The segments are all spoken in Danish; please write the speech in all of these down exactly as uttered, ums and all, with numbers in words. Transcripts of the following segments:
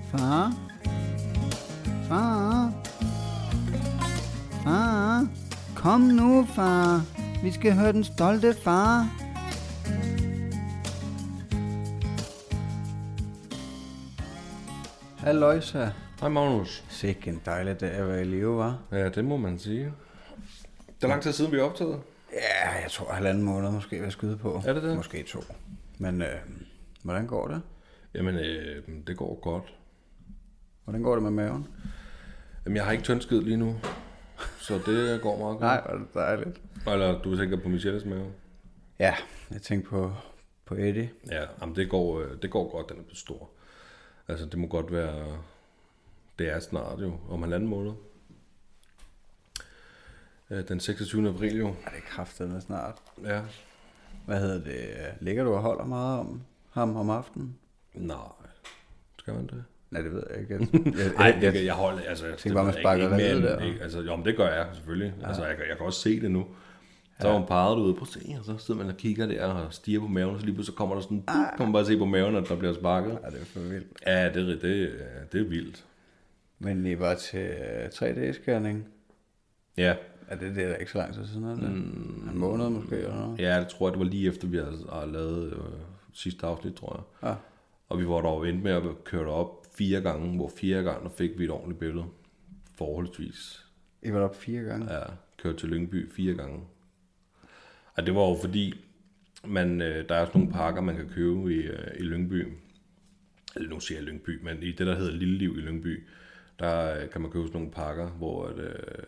Far? Far? Far? Kom nu, far. Vi skal høre den stolte far. Halløjsa. Hej Magnus. Sikke en dejlig dag at være i live, var. Ja, det må man sige. Det er lang tid siden, vi er optaget. Ja, jeg tror halvanden måned måske vil jeg skyde på. Er det det? Måske to. Men øh, hvordan går det? Jamen, øh, det går godt. Hvordan går det med maven? Jamen, jeg har ikke tyndskid lige nu, så det går meget godt. Nej, hvor er det dejligt. Eller du tænker på Michelles mave? Ja, jeg tænker på, på Eddie. Ja, jamen, det går, det går godt, den er blevet stor. Altså, det må godt være... Det er snart jo, om halvanden måned. Den seksogtyvende april jo. Ja, det er kraftedeme snart. Ja. Hvad hedder det? Ligger du og holder meget om ham om aftenen? Nej, skal man det? Nej, det ved jeg ikke. Nej, jeg, jeg, jeg holder... Altså, jeg tænker bare, man sparker dig ned der. Ikke, altså, jo, men det gør jeg selvfølgelig. Ja. Altså, jeg, jeg kan også se det nu. Så har hun peget ud, prøv at se, og så sidder man og kigger der og stiger på maven, og så lige pludselig så kommer der sådan, ah. kan man bare se på maven, at der bliver sparket. Ja, det er for vildt. Ja, det, det, det er vildt. Men I var til tre D-scanning? Ja. Er det det, der ikke så lang tid siden? Mm, en måned måske? Eller noget? Ja, jeg tror, det var lige efter, vi havde lavet øh, sidste afsnit, tror jeg. Ja. Og vi var dog endt med at køre op fire gange, hvor fire gange, der fik vi et ordentligt billede. Forholdsvis. I var op fire gange? Ja, kørte til Lyngby fire gange. Og det var jo fordi, man, der er sådan nogle parker, man kan købe i, i Lyngby. Eller nu siger jeg Lyngby, men i det, der hedder Lille Liv i Lyngby, der kan man købe sådan nogle parker, hvor at,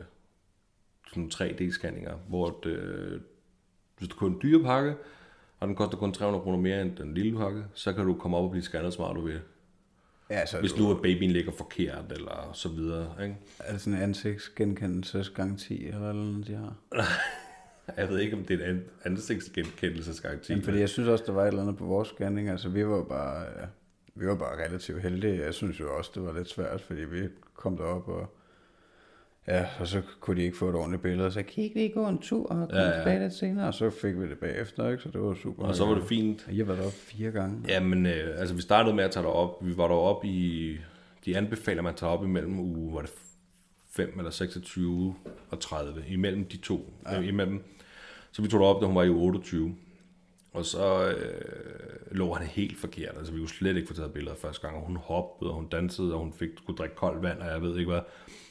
sådan tre D-scanninger, hvor at, hvis du køber en dyre pakke, og den koster kun tre hundrede kroner mere end den lille pakke, så kan du komme op og blive scannet, smart du vil. Ja, så hvis du... nu at babyen ligger forkert, eller så videre. Ikke? Er det sådan en ansigtsgenkendelsesgaranti, eller noget, de har? Jeg ved ikke, om det er en ansigtsgenkendelsesgaranti. Fordi jeg synes også, der var et eller andet på vores scanning. Altså, vi var bare, ja, vi var bare relativt heldige. Jeg synes jo også, det var lidt svært, fordi vi kom derop, og ja, og så kunne de ikke få et ordentligt billede. Så kan I ikke lige gå en tur og komme ja, ja. tilbage lidt senere? Og så fik vi det bagefter, ikke? Så det var super. Og så var det fint. Og jeg var deroppe fire gange. Ja, men øh, altså, vi startede med at tage derop. Vi var deroppe i... De anbefaler, man tager op imellem uge, var det fem eller seksogtyve og tredive. Imellem de to. Ja. Øh, imellem. Så vi tog derop, da hun var i otteogtyve. Og så øh, lå han helt forkert. Altså, vi kunne slet ikke få taget billeder første gang. Og hun hoppede, og hun dansede, og hun fik, skulle drikke koldt vand, og jeg ved ikke hvad.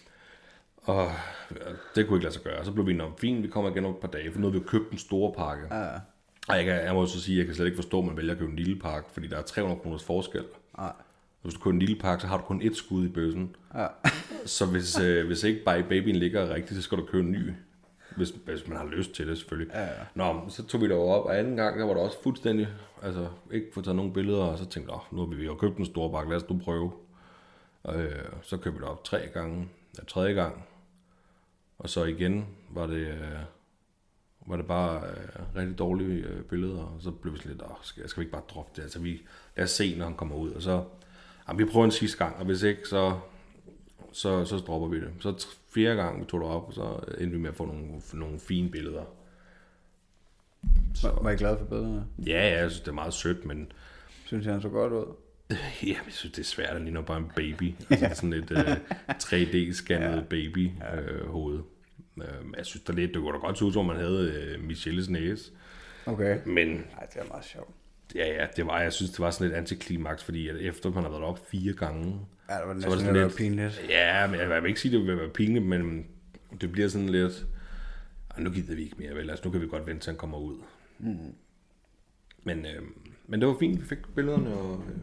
Og det kunne ikke lade sig gøre. Så blev vi nok fint. Vi kommer igen om et par dage, for nu havde vi købt en store pakke. Ja. Og jeg, kan, jeg må så sige, at jeg kan slet ikke forstå, at man vælger at købe en lille pakke, fordi der er tre hundrede kroners forskel. Ja. Hvis du køber en lille pakke, så har du kun ét skud i bøssen. Ja. Så hvis, øh, hvis ikke bare babyen ligger rigtigt, så skal du købe en ny. Hvis, hvis man har lyst til det, selvfølgelig. Ja, ja. Nå, så tog vi der op, og anden gang, der var der også fuldstændig, altså ikke få taget nogle billeder, og så tænkte jeg, nu har vi jo købt en stor pakke, lad os nu prøve. Og øh, så købte vi det op tre gange, ja, tredje gang. Og så igen var det, øh, var det bare øh, rigtig dårlige øh, billeder, og så blev vi sådan lidt, åh, skal, skal vi ikke bare droppe det? Altså, vi, lad os se, når han kommer ud, og så, jamen, vi prøver en sidste gang, og hvis ikke, så, så, så dropper vi det. Så fjerde gang, vi tog det op, og så endte vi med at få nogle, nogle fine billeder. Så. Var, var I glad for billederne? Ja, ja, jeg synes, det er meget sødt, men... Synes jeg, han så godt ud? Ja, jeg synes, det er svært, at ligner bare en baby. Altså sådan et uh, tre D-scannet ja. baby-hoved. Uh, uh, jeg synes, det, lidt, det kunne da godt se ud, som man havde uh, Michelles næse. Okay. Men... Ej, det er meget sjovt. Ja, ja, det var, jeg synes, det var sådan et antiklimaks, fordi at efter man har været op fire gange... Ja, det var næsten så var det sådan lidt pinligt. Ja, men jeg, jeg vil ikke sige, at det vil være pinligt, men det bliver sådan lidt... Nu gider vi ikke mere, vel? Altså, nu kan vi godt vente, til han kommer ud. Mm. Men, øh, men det var fint, vi fik billederne, og, øh,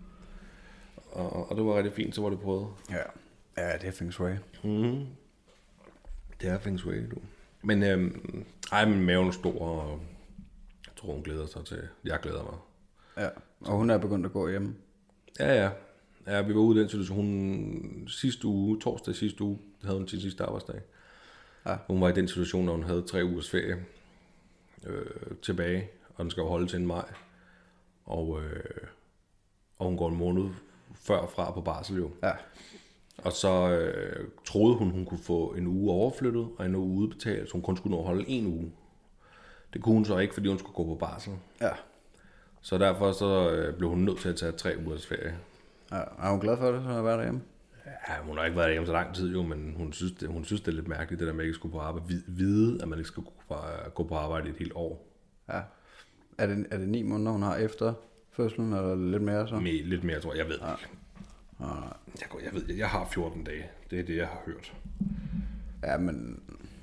og, og det var rigtig fint, så var det prøvet. Ja, ja, det er feng shui. Mm-hmm. Det er feng shui, du. Men, øh, ej, min maven er stor, og jeg tror, hun glæder sig til, jeg glæder mig. Ja, og hun er begyndt at gå hjem. Ja, ja. Ja, vi var ude i den situation. Hun sidste uge, torsdag sidste uge, havde hun sin sidste arbejdsdag. Ja. Hun var i den situation, når hun havde tre ugers ferie øh, tilbage, og den skal jo holde til en maj. Og, øh, og hun går en måned før fra på barsel jo. Ja. Og så øh, troede hun, hun kunne få en uge overflyttet, og en uge udbetalt, så hun kun skulle nå at holde en uge. Det kunne hun så ikke, fordi hun skulle gå på barsel. Ja. Så derfor så øh, blev hun nødt til at tage tre ugers ferie. Ja, er hun glad for det, så har været derhjemme? Ja, hun har ikke været derhjemme så lang tid jo, men hun synes, det, hun synes, det er lidt mærkeligt, det der med, at ikke skulle på arbejde. Vide, at man ikke skal gå på, gå på arbejde i et helt år. Ja. Er det, er det ni måneder, hun har efter fødslen, eller lidt mere så? Med, lidt mere, tror jeg. Jeg ved ja. ikke. Ja. Jeg, går, jeg ved, jeg har fjorten dage. Det er det, jeg har hørt. Ja, men...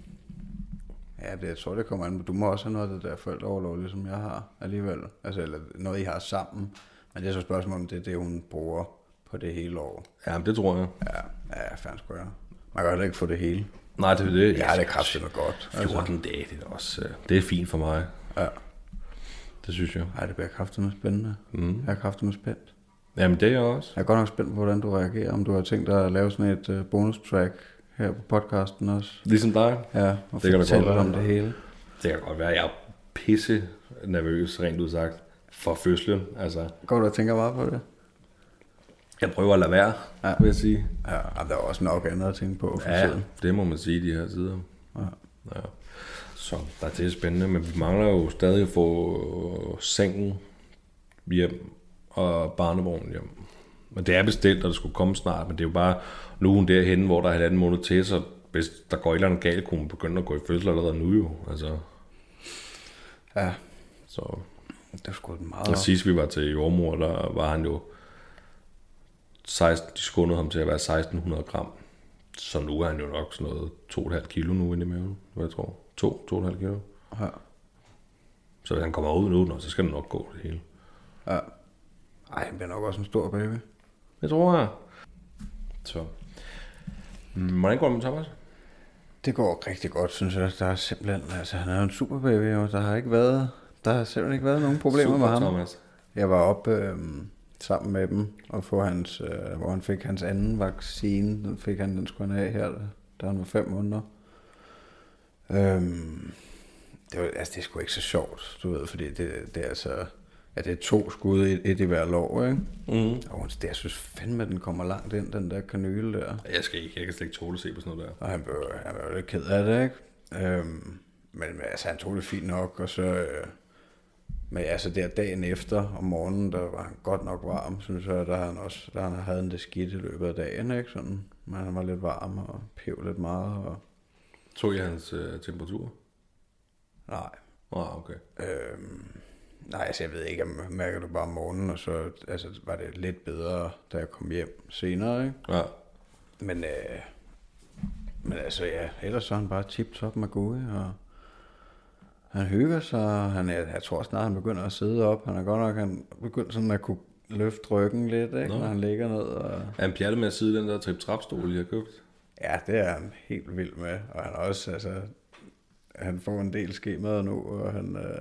Ja, det, jeg tror, det kommer an. Du må også have noget af det der forældreoverlov, ligesom jeg har alligevel. Altså, eller noget, I har sammen. Men det er så spørgsmålet, om det er det, hun bruger på det hele år. Ja, men det tror jeg. Ja, ja, fanden sgu jeg. Man kan heller ikke få det hele. Nej, det er det. Ja, det kræfter noget godt. fjorten altså. Dage, det er også... Det er fint for mig. Ja. Det synes jeg. Ej, det bliver kraftedeme spændende. Mm. Jeg er kraftedeme spændt. Jamen, det er jeg også. Jeg er godt nok spændt på, hvordan du reagerer. Om du har tænkt dig at lave sådan et uh, bonus-track her på podcasten også. Ligesom dig? Ja, og det kan da godt være. Om det hele. Det kan godt være. Jeg er pisse nervøs, rent udsagt, for fødslen. Altså. Går du og tænker meget på det? Jeg prøver at lade være, ja. Vil jeg sige. Ja, der er også nok andet at tænke på for ja, tiden. Det må man sige de her tider. Ja. Ja. Så der er det spændende, men vi mangler jo stadig at få sengen hjem og barnevognen hjem. Men det er bestilt, og det skulle komme snart, men det er jo bare nu hun derhenne, hvor der er halvanden måned til, så hvis der går et eller andet galt, kunne man begynde at gå i fødsel allerede nu jo. Altså. Ja. Så. Det er sgu meget. Og sidst vi var til jordmor, der var han jo seksten, de skundede ham til at være seksten hundrede gram. Så nu er han jo nok sådan noget to komma fem kilo nu inde i maven, hvad jeg tror. to, to komma fem kilo. Ja. Så hvis han kommer ud nu, så skal det nok gå det hele. Ja. Ej, han bliver nok også en stor baby. Det tror jeg. Så. Hvordan går det med Thomas? Det går rigtig godt, synes jeg. Der er simpelthen, altså han er jo en super baby, og der har ikke været, der har simpelthen ikke været nogen problemer super, med ham. Thomas. Jeg var oppe øh, sammen med dem og få hans, øh, hvor han fik hans anden vaccine. Den fik han, den skulle han have her, da han var fem måneder. Øhm, det var, altså det er sgu ikke så sjovt, du ved, fordi det, det er altså, ja, det er to skud, et, et i hver lår, ikke? Mm. Og det, jeg synes fandme, at den kommer langt ind, den der kanyle der. Jeg skal ikke, jeg kan slet ikke tåle at se på sådan noget der. Og han blev, han blev lidt ked af det, ikke? Øhm, men altså, han tog det fint nok, og så, øh, men altså der dagen efter, om morgenen, der var han godt nok varm, synes jeg, der han også, der han havde han det skidt i løbet af dagen, ikke? Sådan, men han var lidt varm og pev lidt meget, og... Tog I hans øh, temperatur? Nej. Ah, okay. Øhm, nej, altså jeg ved ikke, jeg mærker det bare om morgenen, og så altså, var det lidt bedre, da jeg kom hjem senere, ikke? Ja. Men, øh, men altså ja, ellers så er han bare tip-top med gode, og han hygger sig, han er, jeg tror snart, han begynder at sidde op, han er godt nok, han begynder sådan at kunne løfte ryggen lidt, ikke? Når han ligger ned. Og... Er han pjattet med at sidde i den der trip-trap-stol, I har købt? Ja, det er han helt vild med, og han også, altså, han får en del skemad nu, og han, øh,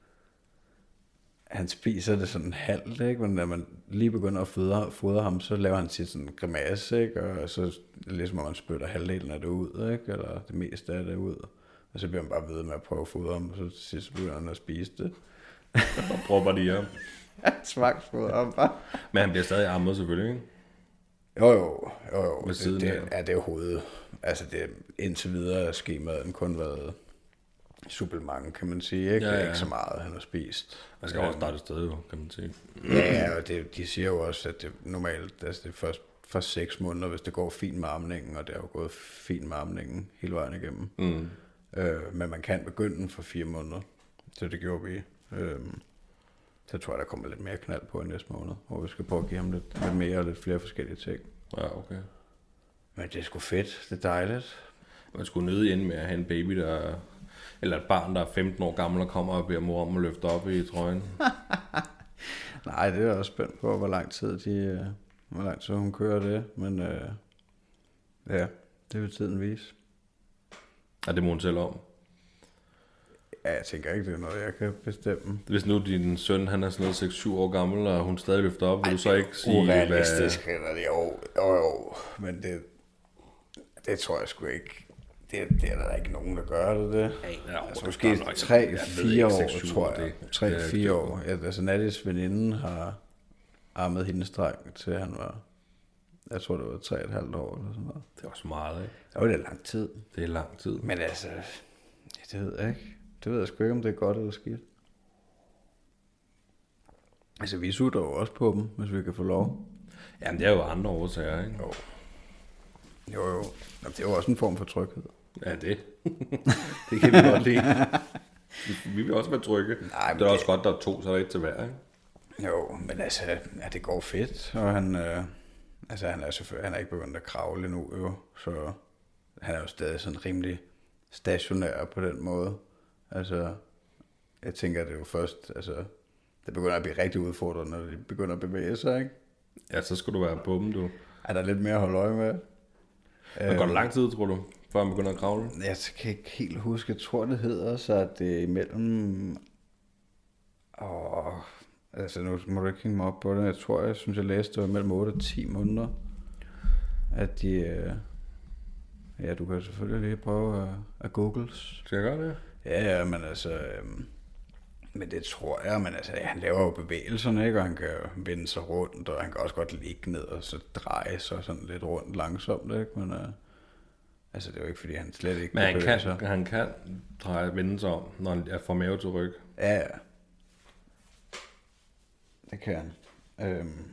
han spiser det sådan halvt, ikke? Men når man lige begynder at fodre, fodre ham, så laver han sit sådan grimasse, ikke? Og så ligesom om man spytter halvdelen af det ud, ikke? Eller det meste af det ud. Og så bliver han bare ved med at prøve at fodre ham, og så til sidst begynder han at spise det. Og prøver de ham. Ja, smagsfodre ham bare. Men han bliver stadig ammet selvfølgelig, ikke? Jo, jo, jo, jo. Med det, det, ja, det er hovedet. Altså, det, indtil videre er skemaet kun været supplement, kan man sige, ikke? Ja, ja. Det er ikke så meget, han har spist. Man skal også starte et sted, jo, kan man sige. Ja, ja, og det, de siger jo også, at det normalt, altså det er først for seks måneder, hvis det går fint med amningen, og det har jo gået fint med amningen hele vejen igennem. Mm. Øh, men man kan begynde den for fire måneder, så det gjorde vi. Øh, så tror jeg, der kommer lidt mere knald på i næste måned, hvor vi skal prøve at give ham lidt, lidt mere og lidt flere forskellige ting. Ja, okay. Men det er sgu fedt, det er dejligt. Man skulle nødig ind med at have en baby, der, eller et barn, der er femten år gammel og kommer og beder mor om at løfte op i trøjen. Nej, det er jeg også spændt på, hvor lang tid de, hvor lang tid hun kører det, men øh, ja, det vil tiden vise. Ja, det må hun selv om. Ja, jeg tænker ikke, det er noget, jeg kan bestemme. Hvis nu din søn, han er sådan noget seks syv år gammel, og hun stadig løfter op, vil du så ikke sige... Urealistisk, hvad... eller jo, jo, jo, men det, det tror jeg sgu ikke. Det, det er der ikke nogen, der gør det, det. Hey, no, altså måske tre fire år, tror jeg. tre fire år. Ja, altså Nattis veninde har armet hendes dreng til han var, jeg tror det var tre og et halvt år eller sådan noget. Det er også meget, ikke? Jo, det er lang tid. Det er lang tid. Men altså, det ved jeg ikke. Det ved jeg sgu ikke, om det er godt eller skidt. Altså, vi sutter jo også på dem, hvis vi kan få lov. Jamen, det er jo andre årsager, ikke? Jo. Jo, jo. Jamen, det er jo også en form for tryghed. Ja, det. Det kan vi godt lide. Vi vil også være trygge. Nej, det er det... også godt, der er to, så er der et til hver, ikke? Jo, men altså, ja, det går fedt, og han, øh, altså, han er selvfølgelig, han er ikke begyndt at kravle endnu, jo, så han er jo stadig sådan rimelig stationær på den måde. Altså, jeg tænker, at det er jo først, altså, det begynder at blive rigtig udfordrende, når de begynder at bevæge sig, ikke? Ja, så skal du være på dem, du. Er der lidt mere at holde øje med? Men går det lang tid, tror du, før han begynder at kravle? Jeg kan ikke helt huske, jeg tror, det hedder så, at det er imellem... Åh, altså nu må du ikke hænge mig op på det. Jeg tror, jeg synes, jeg læste, det var mellem otte og ti måneder, at de... Øh... Ja, du kan selvfølgelig lige prøve at, at googles. Skal jeg gøre det? Ja, ja, men altså... Øh... Men det tror jeg, men altså, han laver jo bevægelserne, ikke? Og han kan vende sig rundt, og han kan også godt ligge ned og så dreje sig sådan lidt rundt langsomt, ikke? Men uh, altså, det er jo ikke, fordi han slet ikke men kan han bevæge kan, sig. Men han kan dreje vende sig om, når han er fra mave til ryg. Ja, ja. Det kan han. Øhm.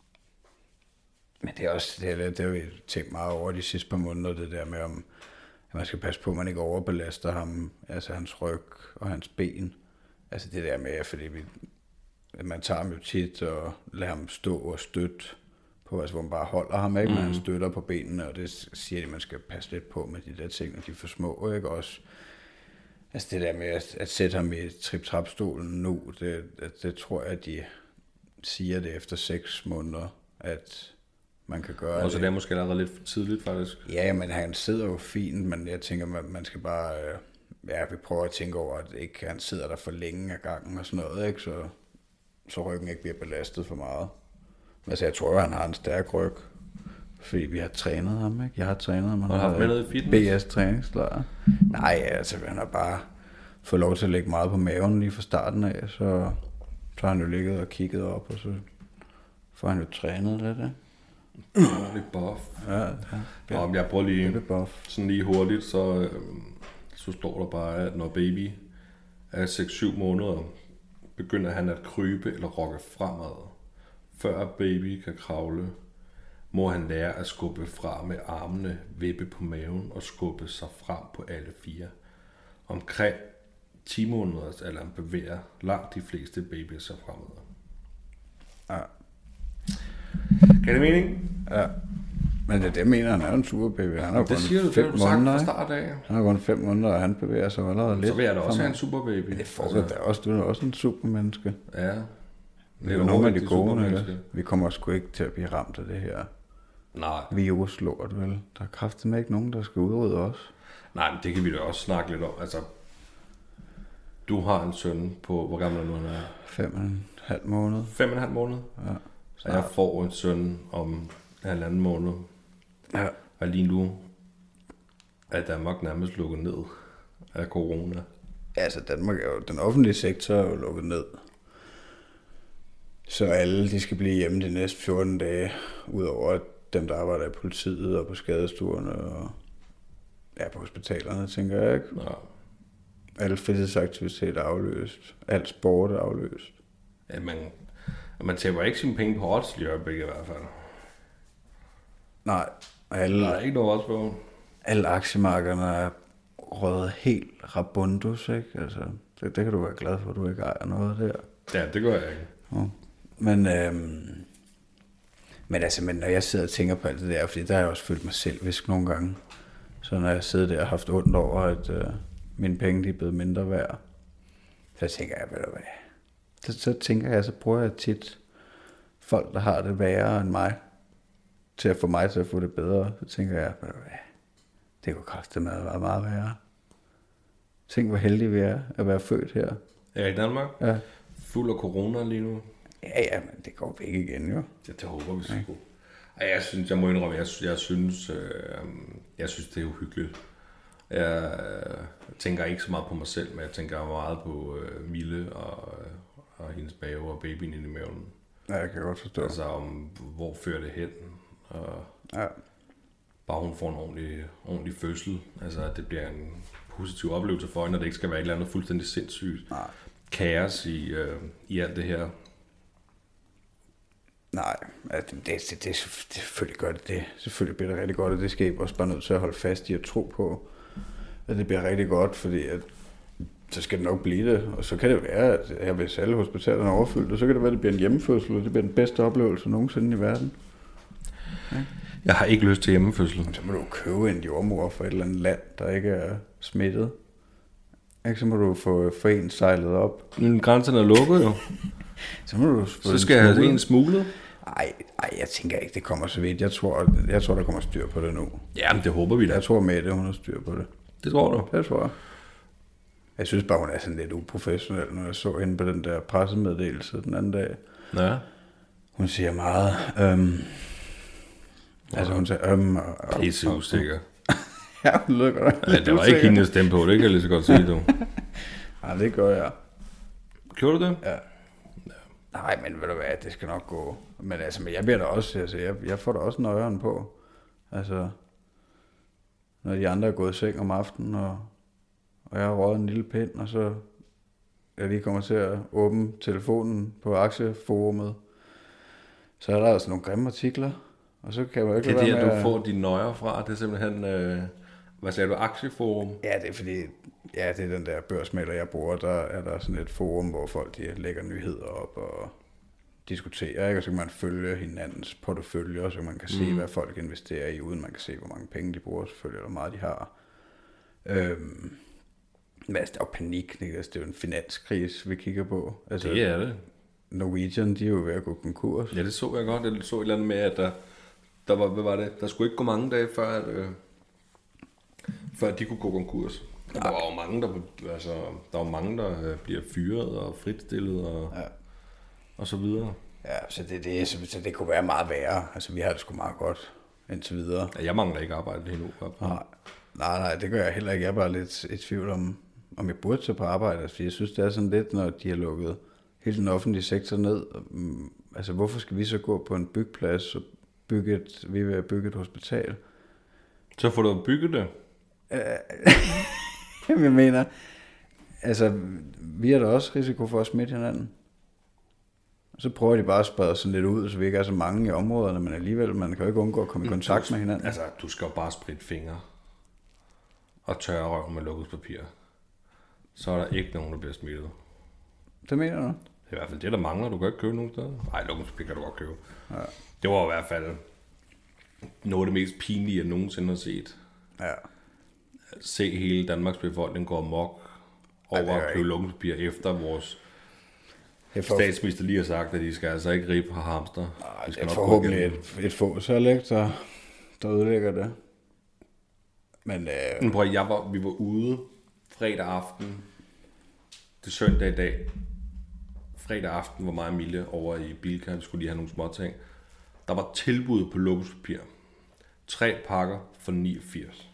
Men det er også, det, er, det har vi tænkt meget over de sidste par måneder, det der med, om at man skal passe på, at man ikke overbelaster ham, altså hans ryg og hans ben. Altså det der med, fordi vi, man tager ham jo tit og lader ham stå og støtte på, altså hvor man bare holder ham, ikke? Mm. Men han støtter på benene, og det siger de, at man skal passe lidt på med de der ting, når de er for små, ikke? Også, altså det der med at, at sætte ham i trip-trap-stolen nu, det, det, det tror jeg, at de siger det efter seks måneder, at man kan gøre og det. Og så det er måske allerede lidt for tidligt, faktisk. Ja, men han sidder jo fint, men jeg tænker, man, man skal bare... Øh, ja, vi prøver at tænke over, at ikke han sidder der for længe af gangen og sådan noget, ikke? Så, så ryggen ikke bliver belastet for meget. Men altså, jeg tror, at han har en stærk ryg, fordi vi har trænet ham, ikke? Jeg har trænet ham. Han har haft med noget i fitness? B S træningslejr. Nej, altså, han har bare fået lov til at lægge meget på maven lige fra starten af, så, så har han jo ligget og kigget op, og så får han jo trænet lidt, ikke? Lidt buff. Ja, ja. ja. Og jeg prøver lige, buff. sådan lige hurtigt, så... Øh, så står der bare, at når baby er seks syv måneder, begynder han at krybe eller rokke fremad. Før baby kan kravle, må han lære at skubbe fra med armene, vippe på maven og skubbe sig frem på alle fire. Omkring ti måneders alderen bevæger langt de fleste babyer sig fremad. Ja. Kan det mening? Ja. Men det, det mener han er en superbaby. Han har det siger du, det du sagt fra start af. Han har kun fem måneder, og han bevæger sig allerede lidt. Så vil jeg da også have en superbaby. Det får altså, du da også. Du er også en supermenneske. Ja. Det er jo nogle af de gode, ikke? Vi kommer sgu ikke til at blive ramt af det her Nej. viruslort, vel? Der er kraftedeme ikke nogen, der skal udrydde os. Nej, men det kan vi da også snakke lidt om. Altså, du har en søn på, hvor gammel er nu han er? Fem og en halv måned. Fem og en halv måned? Ja. Så jeg får en søn om en halvanden måned. Ja. Og lige nu er Danmark nærmest lukket ned af corona. Ja, altså Danmark er jo, den offentlige sektor er jo lukket ned. Så alle, de skal blive hjemme de næste fjorten dage, udover dem, der arbejder i politiet og på skadestuerne og ja, på hospitalerne, tænker jeg, ikke? Ja. Alle fritidsaktiviteter er afløst. Alt sport er afløst. Ja, man, man taber ikke sine penge på odds i øjeblikket i hvert fald. Nej. Alle, der er ikke noget odds på. Alle aktiemarkederne er røget helt rabundus, ikke? Altså, det, det kan du være glad for, at du ikke ejer noget der. Ja, det gør jeg ikke. Ja. Men, øhm, men altså, men når jeg sidder og tænker på alt det der, fordi der har jeg også følt mig selvvisk nogle gange. Så når jeg sidder der og har haft ondt over, at øh, mine penge de er blevet mindre værd, så tænker jeg, ved du hvad, så, så tænker jeg, så bruger jeg tit folk, der har det værre end mig, til at få mig til at få det bedre. Så tænker jeg, ved du hvad, det kunne kraftedeme være meget værre. Tænk, hvor heldige vi er at være født her. Ja, i Danmark? Ja. Fuld af corona lige nu. Ja, ja, men det går væk igen, jo. Ja, det håber vi sgu. Ja. Jeg synes, jeg må indrømme, jeg, jeg synes, øh, jeg synes, det er uhyggeligt. Jeg øh, tænker ikke så meget på mig selv, men jeg tænker meget på øh, Mille og, og hendes bave og babyen inde i maven. Ja, jeg kan godt forstå. Altså, om hvor fører det hen, og ja. Bare hun får en ordentlig, ordentlig fødsel. Altså, at det bliver en positiv oplevelse for hende, og det ikke skal være et eller andet fuldstændig sindssygt Nej. kaos i, øh, i alt det her. Nej, altså, det, det, det, det, selvfølgelig gør det det. Selvfølgelig bliver det rigtig godt, og det skal I også bare nødt til at holde fast i at tro på, at det bliver rigtig godt, fordi at, så skal det nok blive det. Og så kan det være, at ja, hvis alle hospitalerne er overfyldt, så kan det være, at det bliver en hjemmefødsel, og det bliver den bedste oplevelse nogensinde i verden. Ja. Jeg har ikke lyst til hjemmefødsel. Så må du købe en jordmor fra et eller andet land, der ikke er smittet. Ikke? Så må du få, få en sejlet op. Men grænserne er lukket jo. Så må du få Så skal jeg have en smuglet. Ej, ej, jeg tænker ikke, det kommer så vidt. Jeg tror, jeg tror der kommer styr på det nu. Jamen, det håber vi da. Jeg tror med det, hun har styr på det. Det tror du? Det tror jeg. Jeg synes bare, hun er sådan lidt uprofessionel, når jeg så hende på den der pressemeddelelse den anden dag. Ja. Hun siger meget. Øhm, ja. Altså hun siger øhm og... og Pisse usikker. Ja, hun lyder godt. Ja, det var ikke hende, jeg stemte på. Det kan jeg lige så godt sige, du. Nej, det gør jeg. Gjorde du det? Ja. Nej, men ved du hvad, det skal nok gå. Men altså, men jeg bliver da også, altså, jeg, jeg får da også nøjeren på. Altså, når de andre er gået i seng om aftenen, og, og jeg har røget en lille pind, og så jeg lige kommer til at åbne telefonen på aktieforumet, så er der altså nogle grimme artikler, og så kan man jo ikke det er være det, med du at... får dine nøjer fra. Det er simpelthen, øh, hvad sagde du, aktieforum? Ja, det er fordi, ja, det er den der børsmælder, jeg bruger. Der er der sådan et forum, hvor folk de lægger nyheder op og diskuterer, ikke? Og så kan man følge hinandens porteføljer, så man kan se, mm. hvad folk investerer i, uden man kan se, hvor mange penge de bruger, selvfølgelig, eller hvor meget de har. Øhm, men altså, der er jo panik, ikke? Altså, det er jo en finanskrise, vi kigger på. Altså, Det er det. Norwegian, de er jo ved at gå konkurs. Ja, det så jeg godt. Jeg så et eller andet med, at der, der var, hvad var det? Der skulle ikke gå mange dage før, at, øh, før de kunne gå konkurs. Der var jo mange, der, altså, der var mange, der øh, bliver fyret og fritstillet og, ja. og så videre. Ja, så det, det, så, så det kunne være meget værre. Altså, vi har det sgu meget godt indtil videre. Ja, jeg mangler ikke arbejde lige nu. Nej, nej, nej, det gør jeg heller ikke. Jeg er bare lidt i tvivl om, om jeg burde tage på arbejde. Altså, jeg synes, det er sådan lidt, når de har lukket hele den offentlige sektor ned. Altså, hvorfor skal vi så gå på en byggeplads og bygge et, vi vil bygge et hospital? Så får du bygget det? Jeg mener, altså, vi har da også risiko for at smitte hinanden. Så prøver de bare at sprede sådan lidt ud, så vi ikke er så mange i områderne, men alligevel, man kan jo ikke undgå at komme i kontakt med hinanden. Altså, du skal jo bare spritte fingre og tørre røven med lukket papir. Så er der ikke nogen, der bliver smittet. Det mener du? Det er i hvert fald det, der mangler. Du kan ikke købe nogen steder. Nej, lukket papir kan du godt købe. Ja. Det var i hvert fald noget af det mest pinlige, jeg nogensinde har set. Ja. Se hele Danmarks befolkning gå amok over at købe lukket papir efter vores for... statsminister lige har sagt, at de skal altså ikke ribe og hamster. Ej, de skal det er forhåbentlig et, et fåsal, ikke, der, der ødelægger det. Men, øh... Men prøv, jeg var, vi var ude fredag aften. Det er søndag i dag. Fredag aften var mig og Mille over i Bilka. Vi skulle lige have nogle små ting. Der var tilbud på lukkespapir. Tre pakker for niogfirs.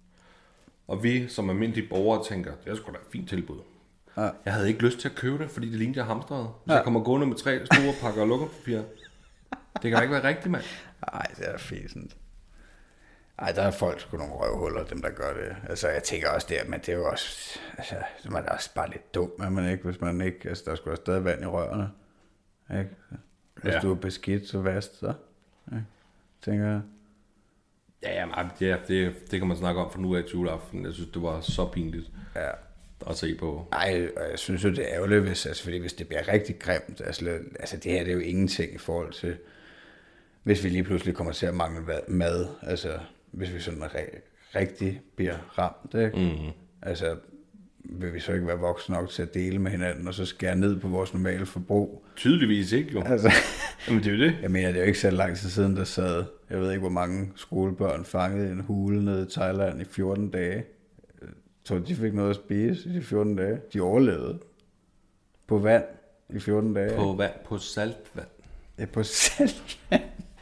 Og vi som almindelige borgere tænker, det er sgu da et fint tilbud. Ja. Jeg havde ikke lyst til at købe det, fordi det lignede, jeg hamstrede. Så ja. jeg kommer gående med tre store pakker lukkepapir. Det kan da ikke være rigtigt, mand. Nej, det er fint. Ej, der er folk sgu nogle røvhuller, dem der gør det. Altså, jeg tænker også det, men det er jo også, altså, man er også bare lidt dum, er man ikke, hvis man ikke, altså, der skulle være stadig vand i rørene. Ikke? Hvis ja. du er beskidt, så vast, så. Ikke? Tænker jeg. Ja, jamen, ja det, det kan man snakke om for nu af i juleaften. Jeg synes, det var så pinligt ja. at se på. Nej, og jeg synes jo, det er ærgerligt, hvis, altså, fordi hvis det bliver rigtig grimt. Altså, altså, det her det er jo ingenting i forhold til, hvis vi lige pludselig kommer til at mangle mad. Altså, hvis vi sådan rigtig bliver ramt, ikke? Mm. Altså, vil vi så ikke være voksne nok til at dele med hinanden, og så skære ned på vores normale forbrug? Tydeligvis ikke, jo. Altså, jamen, det er jo det. Jeg mener, det er jo ikke så lang tid siden, der sad, jeg ved ikke, hvor mange skolebørn fangede i en hule nede i Thailand i fjorten dage. Jeg tror, de fik noget at spise i de fjorten dage. De overlevede. På vand i fjorten dage. På vand, på saltvand. Ja, på saltvand.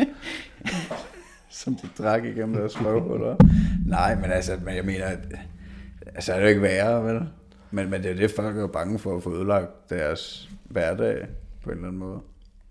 Som de drak igennem deres røvhuller. Nej, men altså, men jeg mener, at, altså er det jo ikke værre, vel? Men, men det er jo det, folk er jo bange for at få ødelagt deres hverdag på en eller anden måde.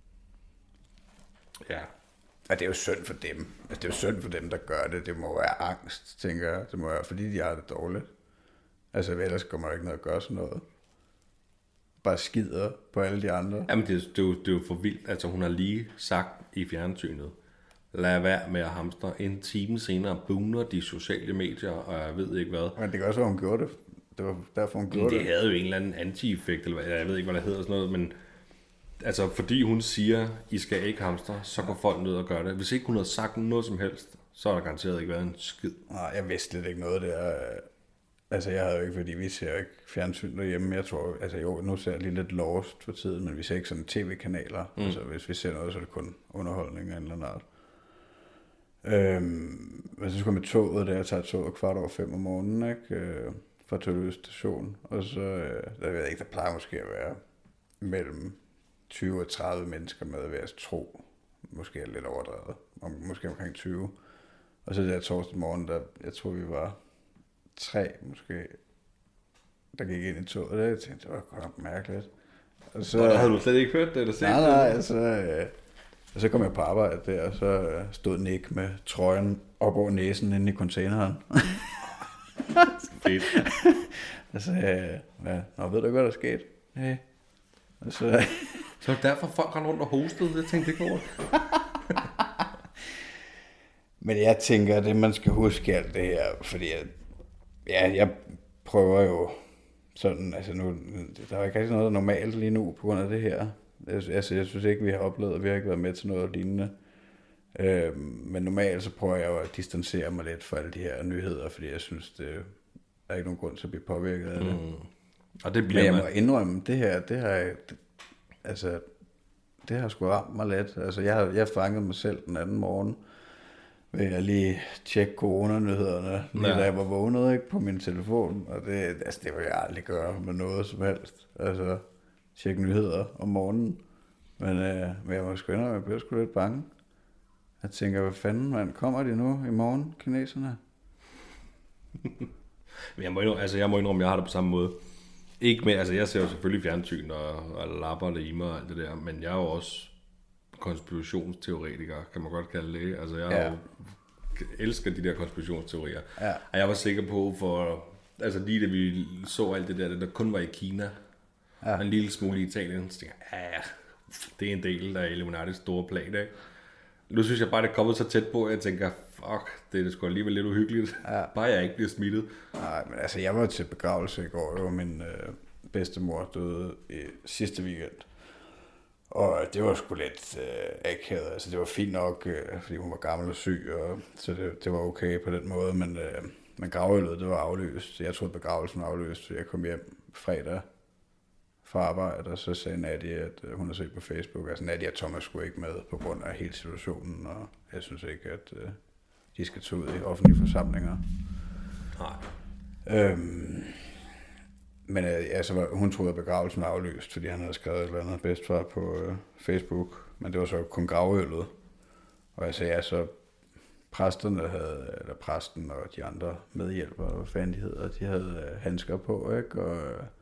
Ja. Og det er jo synd for dem. Altså, det er jo synd for dem, der gør det. Det må være angst, tænker jeg. Det må være, fordi de har det dårligt. Altså, ellers kommer der ikke noget at gøre sådan noget. bare skider på alle de andre. Jamen, det, det, er jo, det er jo for vildt. Altså, hun har lige sagt i fjernsynet, lad være med at hamstre. En time senere boomer de sociale medier, og jeg ved ikke hvad. Men det kan også være, hun gjorde det. Det var derfor, hun gjorde det. Det Det havde jo en eller anden anti-effekt, eller hvad, jeg ved ikke, hvad der hedder sådan noget, men altså, fordi hun siger, I skal ikke hamstre, så går folk ned og gør det. Hvis ikke hun havde sagt noget som helst, så har der garanteret ikke været en skid. Nej, jeg vidste slet ikke noget der. Altså, jeg havde jo ikke, fordi vi ser jo ikke fjernsyn derhjemme. Jeg tror, altså jo, nu ser jeg lige lidt Lost for tiden, men vi ser ikke sådan tv-kanaler. Mm. Altså, hvis vi ser noget, så er det kun underholdning af en eller anden art. Øhm, men så skulle jeg med toget, der jeg tager toget kvart over fem om morgenen, ikke? Øh, fra Tølløse station. Og så, øh, der ved jeg ikke, der plejer måske at være mellem tyve og tredive mennesker med, ved at tro. Måske er lidt overdrevet. Om, måske omkring tyve. Og så der torsdag morgen, der, jeg tror vi var tre måske, der gik ind i toget, og jeg tænkte, det var godt nok mærkeligt. Og så, og der havde du slet ikke hørt det, eller set nej, nej, det? Altså, øh, og så kom jeg på arbejde der, og så øh, stod Nick med trøjen op over næsen inde i containeren. Fedt. Og så, øh, ja, nå, ved du ikke, hvad der er sket? Hey. Og så, så er det derfor, folk rendte rundt og hostede, jeg tænkte ikke over det. Men jeg tænker, det man skal huske alt det her, fordi jeg, ja, jeg prøver jo sådan, altså nu, der er ikke rigtig noget normalt lige nu på grund af det her. Altså, jeg synes ikke, vi har oplevet, vi har ikke været med til noget lignende. Øh, men normalt så prøver jeg jo at distancere mig lidt fra alle de her nyheder, fordi jeg synes, det er ikke nogen grund til at blive påvirket af det. Mm. Og det bliver men jeg man. må indrømme, det her, det har jeg, det, altså, det har sgu ramt mig lidt. Altså, jeg har jeg fanget mig selv den anden morgen, ved at lige tjekke coronanyhederne, lige ja. Da jeg var vågnet, ikke, på min telefon, og det, altså, det vil jeg aldrig gøre med noget som helst. Altså, tjekke nyheder om morgenen. Men, øh, men jeg må sgu indrømme, jeg bliver sgu lidt bange. Jeg tænker, hvad fanden, man kommer de nu i morgen, kineserne? Men jeg må indrømme, altså jeg må indrømme, jeg har det på samme måde. Ikke med, altså jeg ser jo selvfølgelig fjernsyn og, og lapper det i mig og alt det der, men jeg er jo også konspirationsteoretiker, kan man godt kalde det. Altså jeg ja. jo, elsker de der konspirationsteorier. Ja. Og jeg var sikker på, for altså lige da vi så alt det der, der kun var i Kina, ja. En lille smule i Italien, så tænkte jeg, ja, det er en del af Illuminatis store plan, ikke? Nu synes jeg bare, det er kommet så tæt på, at jeg tænker, fuck, det er sgu alligevel lidt uhyggeligt. Ja. Bare jeg ikke bliver smittet. Nej, men altså, jeg var til begravelse i går, jo min øh, bedstemor døde i sidste weekend. Og det var sgu lidt øh, akavet. Altså, det var fint nok, øh, fordi hun var gammel og syg, og, så det, det var okay på den måde. Men, øh, men gravøllet, det var afløst. Jeg troede, begravelsen var afløst, så jeg kom hjem fredag fra arbejde, og så sagde Nadia, at hun har set på Facebook. Altså, Nadia og Thomas skulle ikke med på grund af hele situationen, og jeg synes ikke, at øh, de skal tage ud i offentlige forsamlinger. Nej. Øhm, men øh, altså, var, hun troede, at begravelsen var afløst, fordi han havde skrevet et eller andet bedstfar på øh, Facebook, men det var så kun gravøllet. Og altså, ja, så præsterne havde, eller præsten og de andre medhjælpere, hvad fanden de hedder, de havde øh, handsker på, ikke? Og,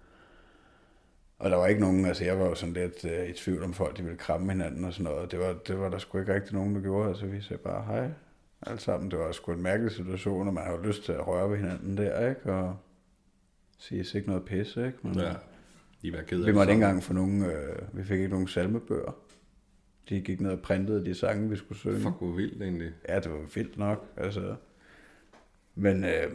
og der var ikke nogen, altså jeg var jo sådan lidt øh, i tvivl om folk, de ville kramme hinanden og sådan noget. Det var, det var der sgu ikke rigtig nogen, der gjorde, altså vi sagde bare hej. Alt sammen, det var sgu en mærkelig situation, og man har jo lyst til at røre ved hinanden der, ikke? Og sige ikke noget pisse, ikke? Men, ja, de var ked af vi måtte ikke engang få nogen, øh, vi fik ikke nogen salmebøger. De gik ned og printede de sange, vi skulle synge. Fuck, hvor vildt egentlig. Ja, det var vildt nok, altså. Men, øh,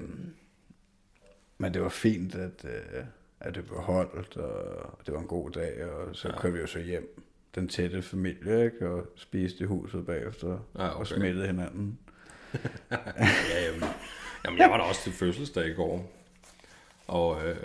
men det var fint, at, øh, at det blev holdt, og det var en god dag, og så ja. Kørte vi jo så hjem. Den tætte familie, ikke? Og spiste i huset bagefter, ja, okay. Og smittede hinanden. ja, jamen, jamen, jeg var da også til fødselsdag i går. Og øh,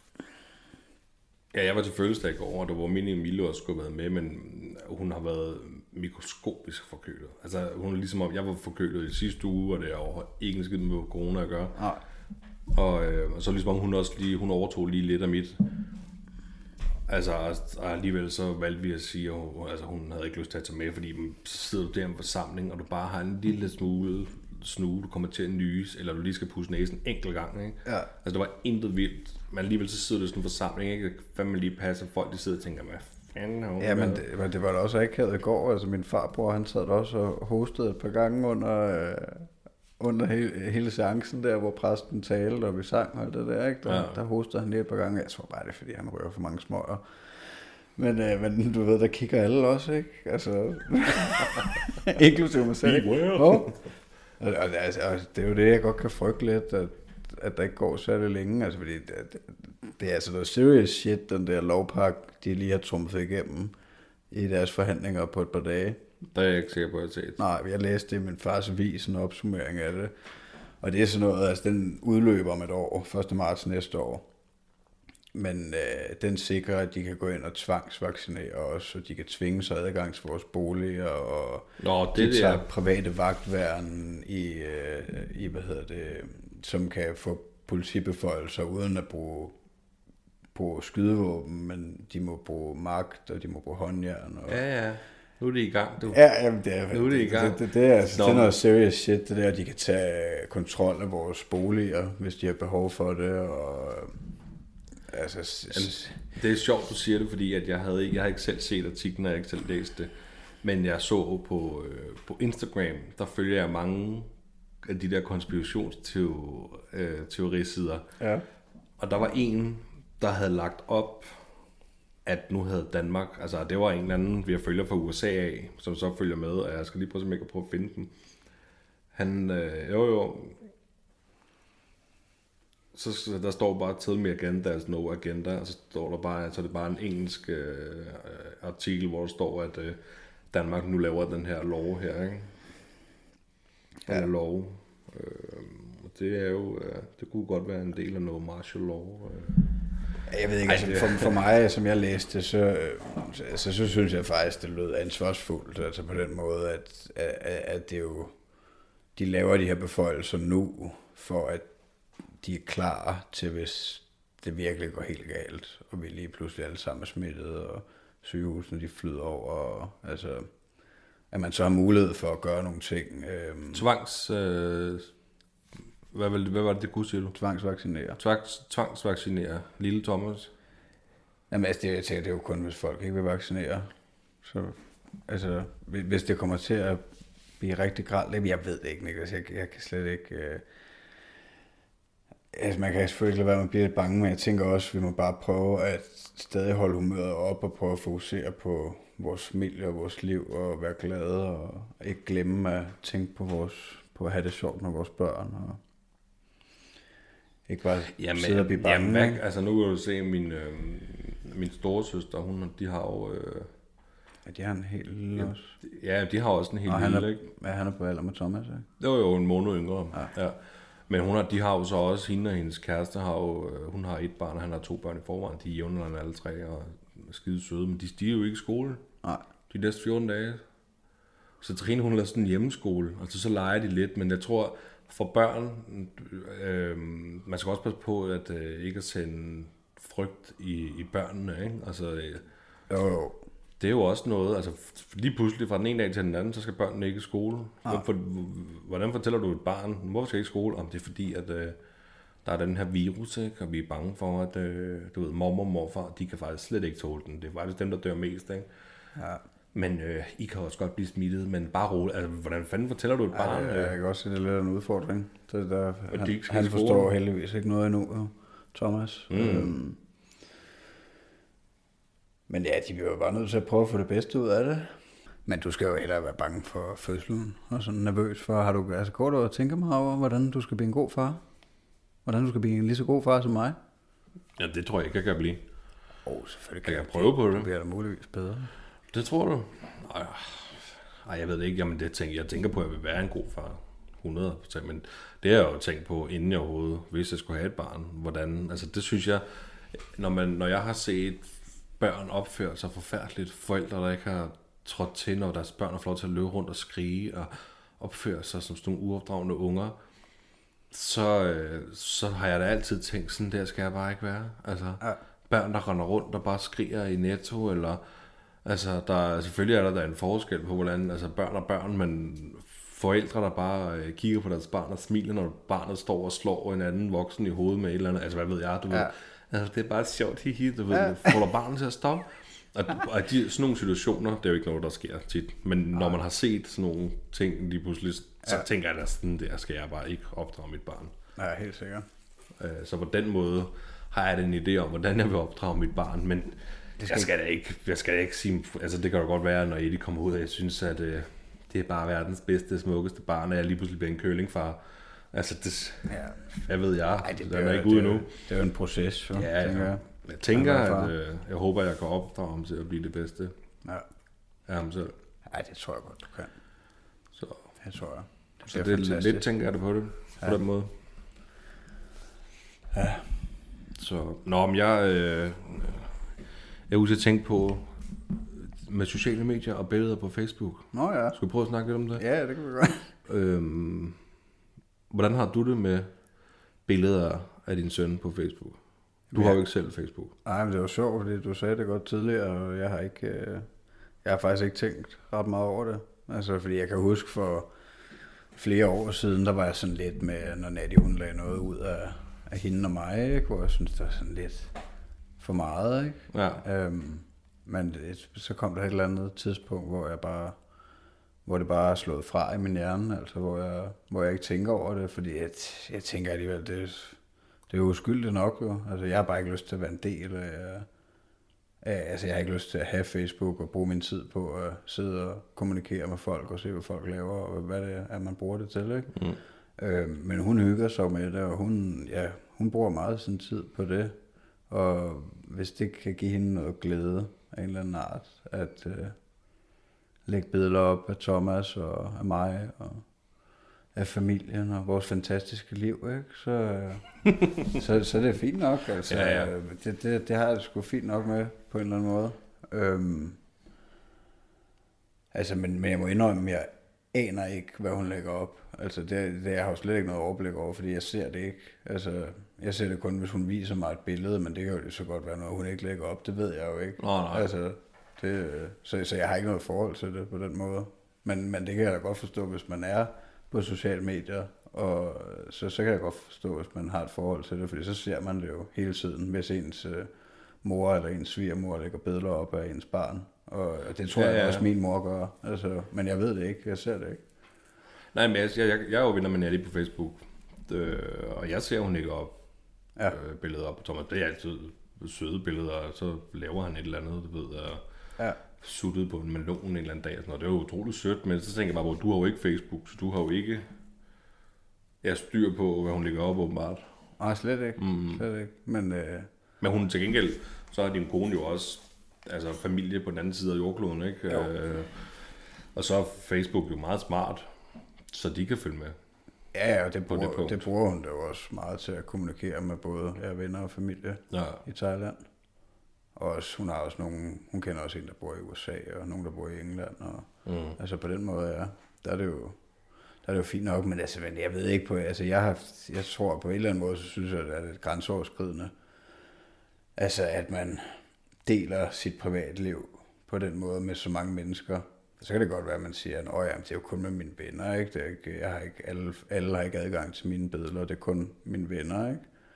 ja, jeg var til fødselsdag i går, og der var min Emilie også skulle have været med, men hun har været mikroskopisk forkølet. Altså, hun er ligesom om, jeg var forkølet i sidste uge, og det er overhovedet ikke en skid med corona at gøre. Nej. Og, øh, og så ligesom om hun også lige, hun overtog lige lidt af mit. Altså, og alligevel så valgte vi at sige, at hun, altså, hun havde ikke lyst til at tage med, fordi så sidder du der i en forsamling, og du bare har en lille smule snue, du kommer til at nyse, eller du lige skal pusse næsen en enkelt gang, ikke? Ja. Altså, det var intet vildt, men alligevel så sidder du i sådan en forsamling, ikke? Fanden man lige passer, folk de sidder og tænker, hvad fanden har hun Ja, men det, men det var da også akavet i går, altså min farbror, han sad også og hostede et par gange under, øh, under hele, hele seancen der, hvor præsten talte, og vi sang og det der, ikke? Der, ja. der hostede han lige et par gange. Jeg tror bare, det er, fordi han rører for mange smøger. Men, øh, men du ved, der kigger alle også, ikke? Altså, inklusive mig selv, ikke? Oh. Og, og, altså, og det er jo det, jeg godt kan frygte lidt, at, at der ikke går særlig længe, altså, fordi det, det, det er altså noget serious shit, den der lovpakke, de lige har trumfet igennem i deres forhandlinger på et par dage. Der er jeg ikke sikker på, at jeg har set. Nej, jeg læste det i min fars avis, en opsummering af det. Og det er sådan noget, altså den udløber om et år, første marts næste år. Men øh, den sikrer, at de kan gå ind og tvangsvaccinere os, og de kan tvinge sig adgang til vores boliger, og Nå, det de tager der. private vagtværn i, øh, i, hvad hedder det, som kan få politibeføjelser uden at bruge på skydevåben, men de må bruge magt, og de må bruge håndjern. Og Ja, ja. Nu er det i gang, du. Ja, jamen, det er, nu er det, det i gang. Det, det, det, er, altså, det er noget serious shit, det der, de kan tage kontrol af vores boliger, hvis de har behov for det, og altså... Jamen, det er sjovt, du siger det, fordi at jeg havde jeg har ikke selv set artiklen, og jeg har ikke selv læst det, men jeg så på, øh, på Instagram, der følger jeg mange af de der konspirationsteorisider, ja. Og der var en, der havde lagt op, at nu havde Danmark, altså det var en eller anden, vi følger fra U S A af, som så følger med, og jeg skal lige prøve, om jeg kan prøve at finde den. Han, øh, jo jo, så der står bare tell me again, there's no agenda, og så står der bare, så er det bare en engelsk øh, artikel, hvor der står, at øh, Danmark nu laver den her lov her, ikke? Den ja. lov. Øh, og det er jo, øh, det kunne godt være en del af noget martial law. Øh. Jeg ved ikke, altså, for, for mig, som jeg læste, så, så, så synes jeg faktisk, det lød ansvarsfuldt, altså på den måde, at, at, at det jo, de laver de her beføjelser nu, for at de er klar til, hvis det virkelig går helt galt, og vi lige pludselig alle sammen er smittet, og sygehusene de flyder over, og, altså, at man så har mulighed for at gøre nogle ting. Øhm, Tvangs... Øh, hvad, hvad, hvad var det, det kunne, siger du? Tvangsvaccinere. Tvangs, tvangsvaccinere. Lille Thomas. Jamen altså, det, jeg tænker, det er jo kun, hvis folk ikke vil vaccinere. Så, altså, hvis det kommer til at blive rigtig gralt, jeg ved det ikke, Niklas. Jeg, jeg kan slet ikke... Øh, altså, man kan selvfølgelig lade være med at blive lidt bange, men jeg tænker også, at vi må bare prøve at stadig holde humøret op og prøve at fokusere på vores familie og vores liv og være glade og ikke glemme at tænke på vores på at have det sjovt med vores børn og ikke bare jamen, sidde og blive bange. Jamen, hvad, altså nu kan du se min øh, min storesøster, hun de har jo øh, ja, de har en helt lille ja, også. Ja, de har også en helt lille, er, ikke? Ja, han er på alder med Thomas, ikke? Det var jo en måned yngre. Ja. Ja. Men hun har, de har jo så også, hende og hendes kæreste har jo, hun har et barn, og han har to børn i forvejen. De er jævnaldrende alle tre og skide søde, men de, de er jo ikke i skole. Nej. De næste fjorten dage. Så Trine, hun laver sådan en hjemmeskole, og så, så leger de lidt, men jeg tror, for børn, øh, man skal også passe på, at øh, ikke at sende frygt i, i børnene, ikke? Altså, øh, jo, jo. Det er jo også noget, altså lige pludselig fra den ene dag til den anden, så skal børnene ikke i skole. Ja. For, hvordan fortæller du et barn, hvorfor skal jeg ikke i skole? Om det er fordi, at øh, der er den her virus, ikke? Og vi er bange for, at øh, du ved, mormor og morfar, de kan faktisk slet ikke tåle den. Det er faktisk dem, der dør mest, ikke? Ja. Men øh, I kan også godt blive smittet, men bare roligt. Altså, hvordan fanden fortæller du et barn? Ja, jeg kan også se, det er lidt af en udfordring. Det der, han, de han forstår heldigvis ikke noget endnu, Thomas. Mm. Øhm, men ja, de bliver jo bare nødt til at prøve at få det bedste ud af det. Men du skal jo hellere være bange for fødslen, og sådan nervøs for, har du altså kort at tænke mig over, hvordan du skal blive en god far? Hvordan du skal blive en lige så god far som mig? Ja, det tror jeg ikke, jeg kan blive. Åh, oh, selvfølgelig kan jeg, jeg kan prøve på det. Det bliver da muligvis bedre. Det tror du? Ej, ej jeg ved det ikke. Jamen, det tænker, jeg tænker på, at jeg vil være en god far. hundrede procent. Men det har jeg jo tænkt på, inden jeg overhovedet, hvis jeg skulle have et barn. Hvordan, altså det synes jeg, når, man, når jeg har set børn opføre sig forfærdeligt, forældre, der ikke har trådt til, når deres børn er flot til at løbe rundt og skrige og opføre sig som sådan nogle uopdragende unger, så, så har jeg da altid tænkt, sådan der skal jeg bare ikke være. Altså, ja. Børn, der render rundt og bare skriger i Netto, eller altså, der, selvfølgelig er der, der en forskel på, hvordan altså, børn og børn, men forældre, der bare øh, kigger på deres barn og smiler, når barnet står og slår en anden voksen i hovedet med et eller andet, altså hvad ved jeg, du ja. ved, altså, det er bare sjovt, hihi, du ved, ja. får der barnet til at stoppe. Og, og de, sådan nogle situationer, det er jo ikke noget, der sker tit. Men når Nej. man har set sådan nogle ting lige pludselig, så Ja. tænker jeg, at sådan der skal jeg bare ikke opdrage mit barn. Nej, helt sikkert. Øh, Så på den måde har jeg en idé om, hvordan jeg vil opdrage mit barn. Men Det skal jeg skal da ikke, jeg skal da ikke sige, altså det kan jo godt være, når Eddie kommer ud, og jeg synes, at øh, det er bare verdens bedste, smukkeste barn, og jeg lige pludselig bliver en curlingfar. Altså, det, Ja. hvad ved jeg? Ej, det, Den bliver, er ikke det, ude er jo- endnu. det er jo en proces, jo, Ja, tænker jeg. Jeg tænker, Han er at far. øh, jeg håber, at jeg kan opdrage ham til at blive det bedste Ja. af ham selv. Ej, det tror jeg godt, du kan. Så, Det tror jeg. Det så bliver det er fantastisk. lidt, tænker jeg det på det, på Ja. den måde. Ja. Så, nå, men jeg, øh, jeg er ude til at tænke på med sociale medier og billeder på Facebook. Nå ja. Skal vi prøve at snakke lidt om det? Ja, det kan vi godt. Øhm, hvordan har du det med billeder af din søn på Facebook? Du Ja. har jo ikke selv Facebook. Nej, men det var sjovt, fordi du sagde det godt tidligere, og jeg har ikke, øh, jeg har faktisk ikke tænkt ret meget over det. Altså, fordi jeg kan huske for flere år siden, der var jeg sådan lidt med, når Natty hun lagde noget ud af, af hende og mig, ikke? Hvor jeg synes, det var sådan lidt for meget, ikke? Ja. Øhm, men det, så kom der et eller andet tidspunkt, hvor jeg bare, hvor det bare er slået fra i min hjerne, altså hvor jeg, hvor jeg ikke tænker over det, fordi jeg, jeg tænker alligevel, det, det er jo uskyldigt nok jo. Altså jeg har bare ikke lyst til at være en del af, af, altså jeg har ikke lyst til at have Facebook og bruge min tid på at sidde og kommunikere med folk og se, hvad folk laver og hvad det er, man bruger det til, ikke? Mm. Øh, men hun hygger sig med det, og hun, ja, hun bruger meget af sin tid på det. Og hvis det kan give hende noget glæde af en eller anden art, at øh, lægge billeder op af Thomas og af mig og af familien og vores fantastiske liv, ikke? Så, øh, så, så det er fint nok. Altså, Ja, ja. øh, Det, det, det har jeg sgu fint nok med på en eller anden måde. Øhm, altså, men, men jeg må indrømme, jeg aner ikke, hvad hun lægger op. Altså, det, det jeg har jo slet ikke noget overblik over, fordi jeg ser det ikke. Altså, jeg ser det kun, hvis hun viser mig et billede, men det kan jo så godt være noget, hun ikke lægger op. Det ved jeg jo ikke. Nå, nej. Altså, det, så, så jeg har ikke noget forhold til det på den måde. Men, men det kan jeg da godt forstå, hvis man er på sociale medier, og så, så kan jeg godt forstå, hvis man har et forhold til det, fordi så ser man det jo hele tiden, hvis ens øh, mor eller ens svigermor lægger billeder op af ens barn. Og, og det tror Ja, jeg ja. også min mor gør. Altså, men jeg ved det ikke, jeg ser det ikke. Nej, men jeg, jeg, jeg er jo venner med Natty på Facebook, øh, og jeg ser, hun lægger op Ja. øh, billeder op på Thomas. Det er altid søde billeder, og så laver han et eller andet, du ved, og Ja. suttet på en melon en eller anden dag, og sådan noget. Det er jo utroligt sødt, men så tænker jeg bare på, du har jo ikke Facebook, så du har jo ikke jeg styr på, hvad hun lægger op åbenbart. Nej, slet ikke. Mm. Slet ikke. Men øh, Men hun til gengæld, så har din kone jo også altså familie på den anden side af jordkloden, ikke? Jo. Øh, og så er Facebook jo meget smart, så de kan følge med. ja, ja, og det På det bruger, punkt. det bruger hun da jo også meget til at kommunikere med både ja, venner og familie Ja. i Thailand. Og også, hun har også nogle, hun kender også en, der bor i U S A, og nogen, der bor i England. Og, Mm. altså på den måde, ja, der er det jo, der er det jo fint nok, men altså, men jeg ved ikke på, altså jeg har, jeg tror på en eller anden måde, så synes jeg, at det er grænseoverskridende. Altså, at man deler sit privatliv på den måde med så mange mennesker. Så kan det godt være, at man siger, at oh, ja, det er jo kun med mine venner, ikke? Det er ikke jeg har ikke alle, alle har ikke adgang til mine billeder, det er kun mine venner,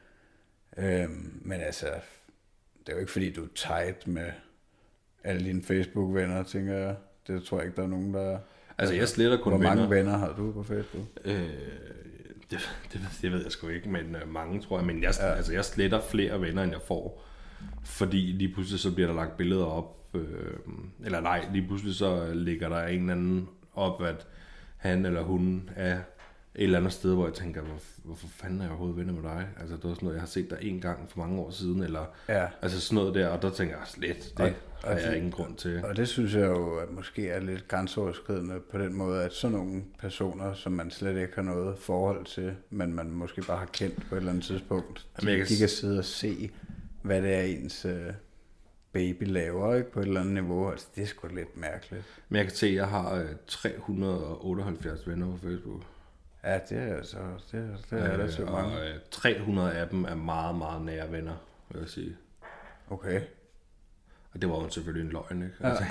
ikke? Øhm, men altså, det er jo ikke fordi, du er tight med alle dine Facebook-venner, tænker jeg. Det tror jeg ikke, der er nogen, der... Altså, jeg sletter kun Hvor mange venner. venner har du på Facebook? Øh, det, det, det ved jeg sgu ikke, men øh, mange tror jeg. Men jeg, Ja. ja. altså, jeg sletter flere venner, end jeg får. Fordi lige pludselig så bliver der lagt billeder op. Øh, eller nej, lige pludselig så ligger der en eller anden op, at han eller hun er et eller andet sted, hvor jeg tænker, hvor, hvorfor fanden er jeg overhovedet venner med dig? Altså, det var sådan noget, jeg har set dig en gang for mange år siden, eller Ja. altså sådan noget der, og der tænker jeg slet, det Og- har og jeg det- ingen grund til. Og det synes jeg jo, at måske er lidt grænseoverskridende på den måde, at sådan nogle personer, som man slet ikke har noget forhold til, men man måske bare har kendt på et eller andet tidspunkt, Jamen, jeg de, kan de s- kan sidde og se, hvad det er ens øh, baby laver, ikke, på et eller andet niveau. Altså, det er sgu lidt mærkeligt. Men jeg kan se, at jeg har øh, tre hundrede og otteoghalvfjerds venner på Facebook. Ja, det er altså, det er, det er relativt Øh, mange. og øh, tre hundrede af dem er meget, meget nære venner, vil jeg sige. Okay. Og det var jo selvfølgelig en løgn, ikke? Altså,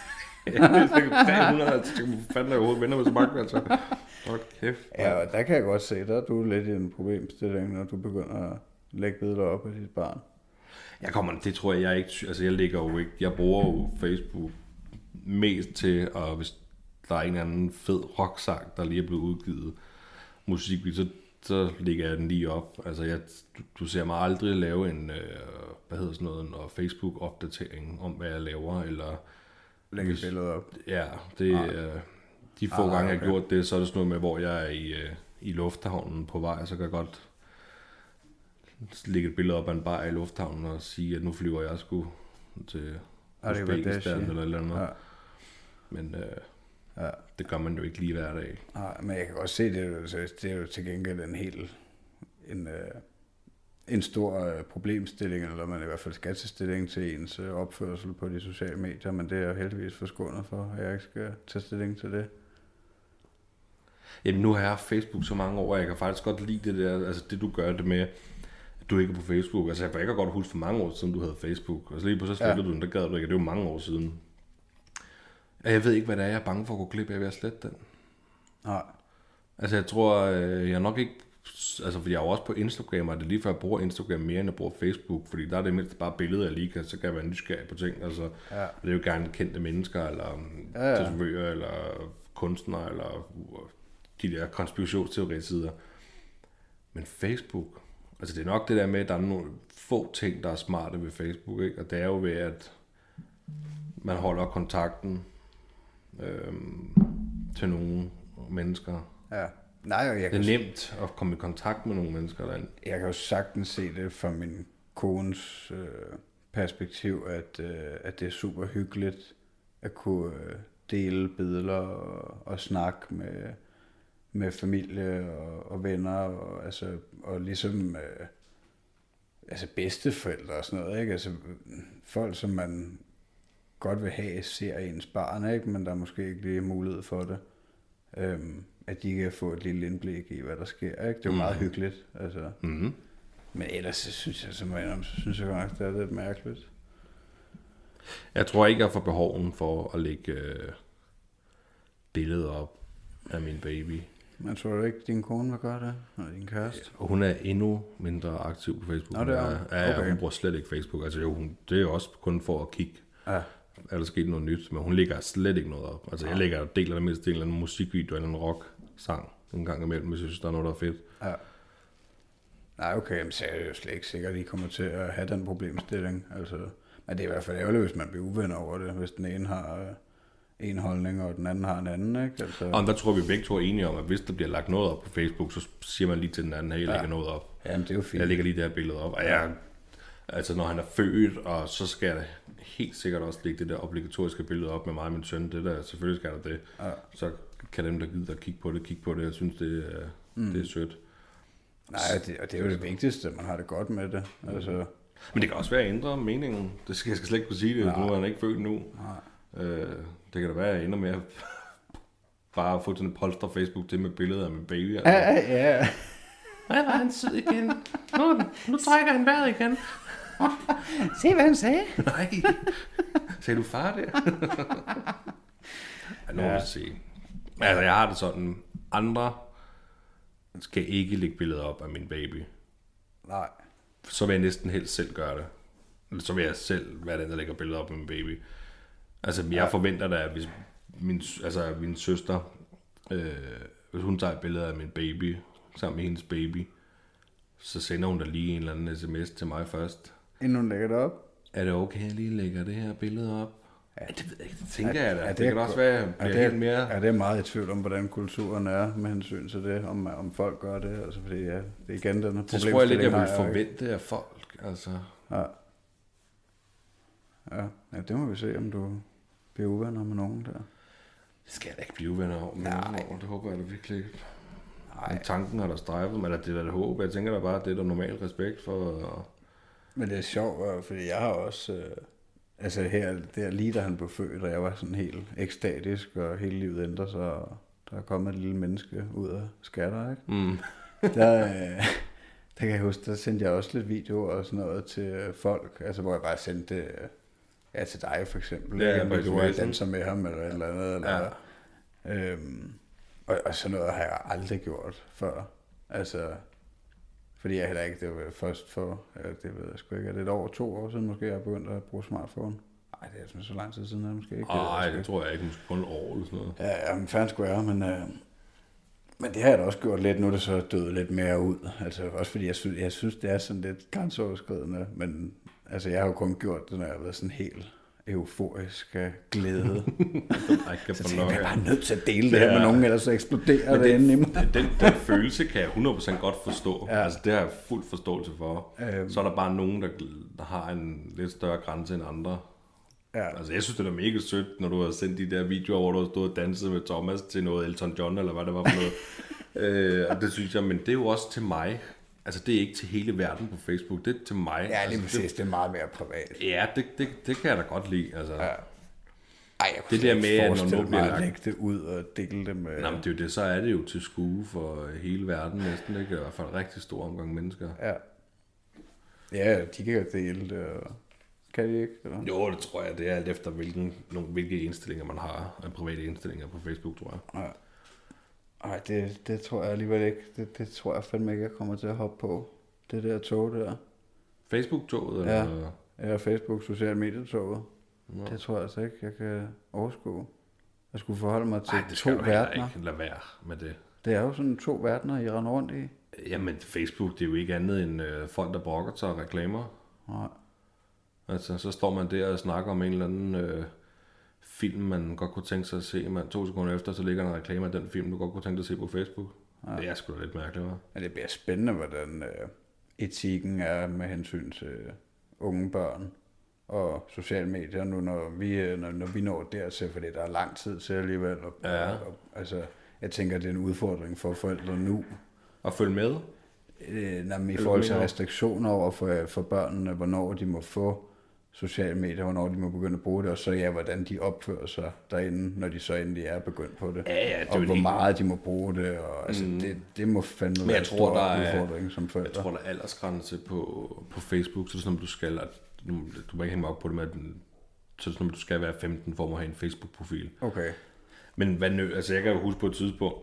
tre hundrede, altså, hvor fanden er jeg overhovedet venner med så mange, altså. Hold kæft. Ja, og der kan jeg godt se, der er du lidt i en problemstilling, når du begynder at lægge billeder op af dit barn. Jeg kommer, det tror jeg, jeg ikke, altså jeg ligger jo ikke, jeg bruger jo Facebook mest til, og hvis der er en eller anden fed rocksang, der lige er blevet udgivet musik, så, så lægger jeg den lige op. Altså jeg, du, du ser mig aldrig lave en, øh, hvad hedder sådan noget, en Facebook-opdatering om, hvad jeg laver, eller... Lægge et billede op. Ja, det, øh, de få ah, gange, jeg har gjort det, så er det sådan noget med, hvor jeg er i, øh, i lufthavnen på vej, så kan jeg godt lægge et billede op af en bar i lufthavnen og sige, at nu flyver jeg sgu til Uzbekistan eller eller andet. Ja. Men øh, ja. Det gør man jo ikke lige hver dag. Nej, men jeg kan godt se, det, det er jo til gengæld en helt en, en stor problemstilling, eller man i hvert fald skal tage stilling til ens opførsel på de sociale medier, men det er jeg heldigvis forskånet for, at jeg ikke skal tage stilling til det. Jamen nu har jeg haft Facebook så mange år, og jeg kan faktisk godt lide det der, altså det du gør det med, at du ikke er på Facebook. Altså jeg kan godt huske for mange år siden, du havde Facebook, og så lige på så slettede ja. du den, der gad du ikke, det er jo mange år siden. Jeg ved ikke, hvad det er, jeg er bange for at gå glip af ved at slette den. Nej. Altså jeg tror, jeg er nok ikke, altså fordi jeg er jo også på Instagram, og det er lige før jeg bruger Instagram mere, end jeg bruger Facebook, fordi der er det mindst bare billeder, jeg lige kan, så kan jeg være nysgerrig på ting. Altså ja. Det er jo gerne kendte mennesker, eller ja, ja. tatovører, eller kunstnere, eller de der konspirationsteori-sider. Men Facebook, altså det er nok det der med, at der er nogle få ting, der er smarte ved Facebook, ikke? Og det er jo ved, at man holder kontakten øhm, til nogle mennesker. Ja. Nej, jeg det er kan nemt at komme i kontakt med nogle mennesker derinde. Jeg kan jo sagtens se det fra min kones øh, perspektiv, at, øh, at det er super hyggeligt at kunne øh, dele billeder og, og snakke med, med familie og, og venner, og, altså, og ligesom øh, altså bedsteforældre og sådan noget, ikke? Altså folk, som man godt vil have, ser ens barn, ikke? Men der er måske ikke lige mulighed for det. Øhm, at de kan få et lille indblik i, hvad der sker, ikke? Det er jo mm. meget hyggeligt, altså. Mm-hmm. Men ellers så synes jeg, så, jeg, så synes jeg godt, det er lidt mærkeligt. Jeg tror ikke, jeg får behoven for at lægge øh, billeder op af min baby. Men tror du ikke, din kone vil gøre det? Eller din kæreste? Og hun er endnu mindre aktiv på Facebook. Nå, det er ja, okay. Hun bruger slet ikke Facebook. Altså, jo, hun, det er jo også kun for at kigge. Ja. Er der sket noget nyt, men hun lægger slet ikke noget op. Altså, jeg lægger del af det mindste en eller anden musikvideo eller en rock-sang en gang imellem, hvis jeg synes, der er noget, der er fedt. Ja. Nej, okay, men så er det jo slet ikke sikkert, at I kommer til at have den problemstilling. Altså, men det er i hvert fald ærgerligt, hvis man bliver uvenner over det, hvis den ene har en holdning, og den anden har en anden, ikke? Altså... Og der tror vi begge to er enige om, at hvis der bliver lagt noget op på Facebook, så siger man lige til den anden, at jeg lægger ja. noget op. Jamen, det er jo fint. Jeg lægger lige det her billede op, og jeg... Altså, når han er født, og så skal jeg helt sikkert også lægge det der obligatoriske billede op med mig og min søn. Det der, selvfølgelig skal der det. Ja. Så kan dem, der gider at kigge på det, kigge på det. Jeg synes, det er, mm. det er sødt. Nej, det, og det er jo det vigtigste, at man har det godt med det. Altså... Men det kan også være at ændre meningen. Det skal, jeg skal slet ikke kunne sige det. Nej. Nu er han ikke født nu. Øh, det kan da være, at jeg ender med at bare få sådan en polster Facebook til med billeder af min baby. Altså. Ja, ja, ja. Hvad var han sød igen? Nu, nu trækker han vejret igen. Se, hvad han sagde. Nej. Sagde du far der? Ja, nu må vi se. Altså, jeg har det sådan. Andre skal ikke lægge billeder op af min baby. Nej. Så vil jeg næsten helst selv gøre det. Eller så vil jeg selv være den, der lægger billeder op af min baby. Altså, jeg ja. forventer da, at hvis min, altså, min søster, øh, hvis hun tager et billede af min baby, sammen med hendes baby, så sender hun da lige en eller anden sms til mig først. Inden hun lægger det op? Er det okay, at jeg lige lægger det her billede op? Ja, det ved jeg ikke. Det tænker er, jeg da. Er det, det kan også være, at jeg bliver helt mere... Er det meget i tvivl om, hvordan kulturen er med hensyn til det, om, om folk gør det? Altså, fordi ja, det er igen den her problemstilling. Det tror jeg lidt, jeg vil forvente af folk, altså. Ja. Ja, ja, det må vi se, om du bliver uvenner med nogen der. Det skal jeg da ikke blive uvenner over med nogen over. Det håber jeg da virkelig ikke. Nej. Tanken har der strejfet, men det er da det håb. Jeg tænker da bare, at det er der normal respekt for... Men det er sjovt, fordi jeg har også... Øh, altså her, der lige da han blev født, og jeg var sådan helt ekstatisk, og hele livet ændrer sig, og der er kommet et lille menneske ud af skatter, ikke? Mm. der, øh, der kan jeg huske, der sendte jeg også lidt videoer og sådan noget til folk, altså hvor jeg bare sendte... Øh, ja, til dig for eksempel. Ja, ikke? Du har danser med ham, eller et eller andet. Eller, ja. øhm, og, og sådan noget har jeg aldrig gjort før. Altså, Fordi jeg heller ikke, det var først for, ja, det ved jeg sgu ikke, er det et år, to år siden måske, jeg er begyndt at bruge smartphone. Nej, det er sådan så lang tid siden, er det måske ikke. Nej, det, det tror jeg ikke, måske kun et år eller sådan noget. Ja, ja, men fanden skulle jeg, men, øh, men det har jeg da også gjort lidt, nu er det så døde lidt mere ud. Altså også fordi jeg synes, jeg synes det er sådan lidt grænseoverskridende, men altså jeg har jo kun gjort det, når jeg har været sådan helt euforisk glæde. Så tænker jeg, jeg er bare nødt til at dele det her med nogen, ellers så eksploderer det inde i mig. Den, den følelse kan jeg hundrede procent godt forstå. Ja. Altså det har jeg fuld forståelse for. Øhm. Så er der bare nogen, der, der har en lidt større grænse end andre. Ja. Altså jeg synes, det er mega sødt, når du har sendt de der videoer, hvor du har stået og danset med Thomas til noget Elton John, eller hvad det var for noget. øh, og det synes jeg, men det er jo også til mig. Altså, det er ikke til hele verden på Facebook, det er til mig. Ja, lige altså, præcis, det, det er meget mere privat. Ja, det, det, det kan jeg da godt lide. Altså. Ja. Ej, jeg kunne det der med, at når noget bliver lagt... lægge det ud og dele det med... Nå, men det er jo det, så er det jo til skue for hele verden næsten, ikke? I hvert fald en rigtig stor omgang mennesker. Ja. Ja, de kan jo dele det, og... Kan de ikke? Eller? Jo, det tror jeg, det er alt efter, hvilken, nogle, hvilke indstillinger man har, af private indstillinger på Facebook, tror jeg. Ja. Ej, det, det tror jeg alligevel ikke. Det, det tror jeg fandme ikke, jeg kommer til at hoppe på. Det der tog der. Facebook-toget? Ja, eller? ja, Facebook, social medietoget. Ja. Det tror jeg altså ikke, jeg kan overskue. Jeg skulle forholde mig til Ej, det to verdener. Ikke lade være med det. Det er jo sådan to verdener, I render rundt i. Jamen, Facebook, det er jo ikke andet end øh, folk, der brokker sig og reklamer. Nej. Altså, så står man der og snakker om en eller anden øh, film, man godt kunne tænke sig at se, man to sekunder efter, så ligger der en reklame af den film, du godt kunne tænke dig at se på Facebook. Ja. Det er sgu da lidt mærkeligt, hva'? Ja, det bliver spændende, hvordan øh, etikken er med hensyn til unge børn og sociale medier, nu når vi, når, når vi når dertil, fordi der er lang tid til alligevel. Og, ja. og, og, altså, jeg tænker, det er en udfordring for forældre nu. At følge med? Øh, når, I forhold til restriktioner over for, for børnene, hvornår de må få sociale medier, hvornår de må begynde at bruge det, og så ja, hvordan de opfører sig derinde, når de så endelig er begyndt på det. Ja, ja, det og hvor ikke... meget de må bruge det, og altså, mm. det, det må fandme være en stor udfordring som forældre. Jeg tror, der er aldersgrænse på, på Facebook, så det er sådan, at du skal, at du, du må ikke hænge mig op på det med, at så er det sådan, at du skal være femten for at have en Facebook-profil. Okay. Men hvad nø, altså jeg kan jo huske på et tidspunkt,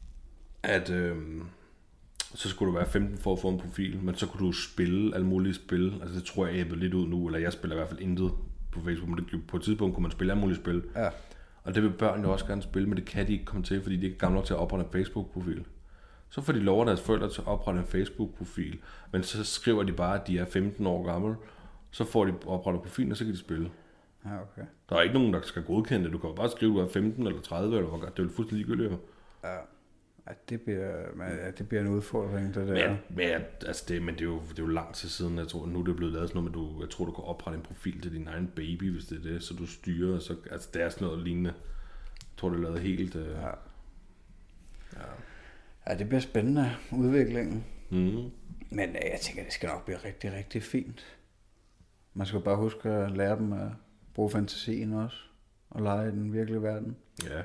at øhm, så skulle du være femten for at få en profil, men så kunne du spille alle mulige spil. Altså det tror jeg æbbet lidt ud nu, eller jeg spiller i hvert fald intet på Facebook, men det, på et tidspunkt kunne man spille alle mulige spil. Ja. Og det vil børn jo også gerne spille, men det kan de ikke komme til, fordi de ikke er gamle nok til at oprette en Facebook-profil. Så får de lov af deres forældre til at oprette en Facebook-profil, men så skriver de bare, at de er femten år gamle, så får de oprettet profilen, og så kan de spille. Ja, okay. Der er ikke nogen, der skal godkende det. Du kan jo bare skrive, at du er femten eller tredive, eller hvad. Det er jo fuldstændig ligegyldigt. Ja. Ja, det bliver, ja, det bliver en udfordring, det der. Men, men, altså det, men det, er jo, det er jo lang tid siden, jeg tror, nu er det blevet lavet sådan noget, men du, jeg tror, du kan oprette en profil til din egen baby, hvis det er det, så du styrer, så, altså det er sådan noget lignende. Jeg tror, det er lavet helt... Øh, ja. Ja. Ja, det bliver spændende, udviklingen. Mm. Men jeg tænker, det skal nok blive rigtig, rigtig fint. Man skal bare huske at lære dem at bruge fantasien også, og lege i den virkelige verden. Ja.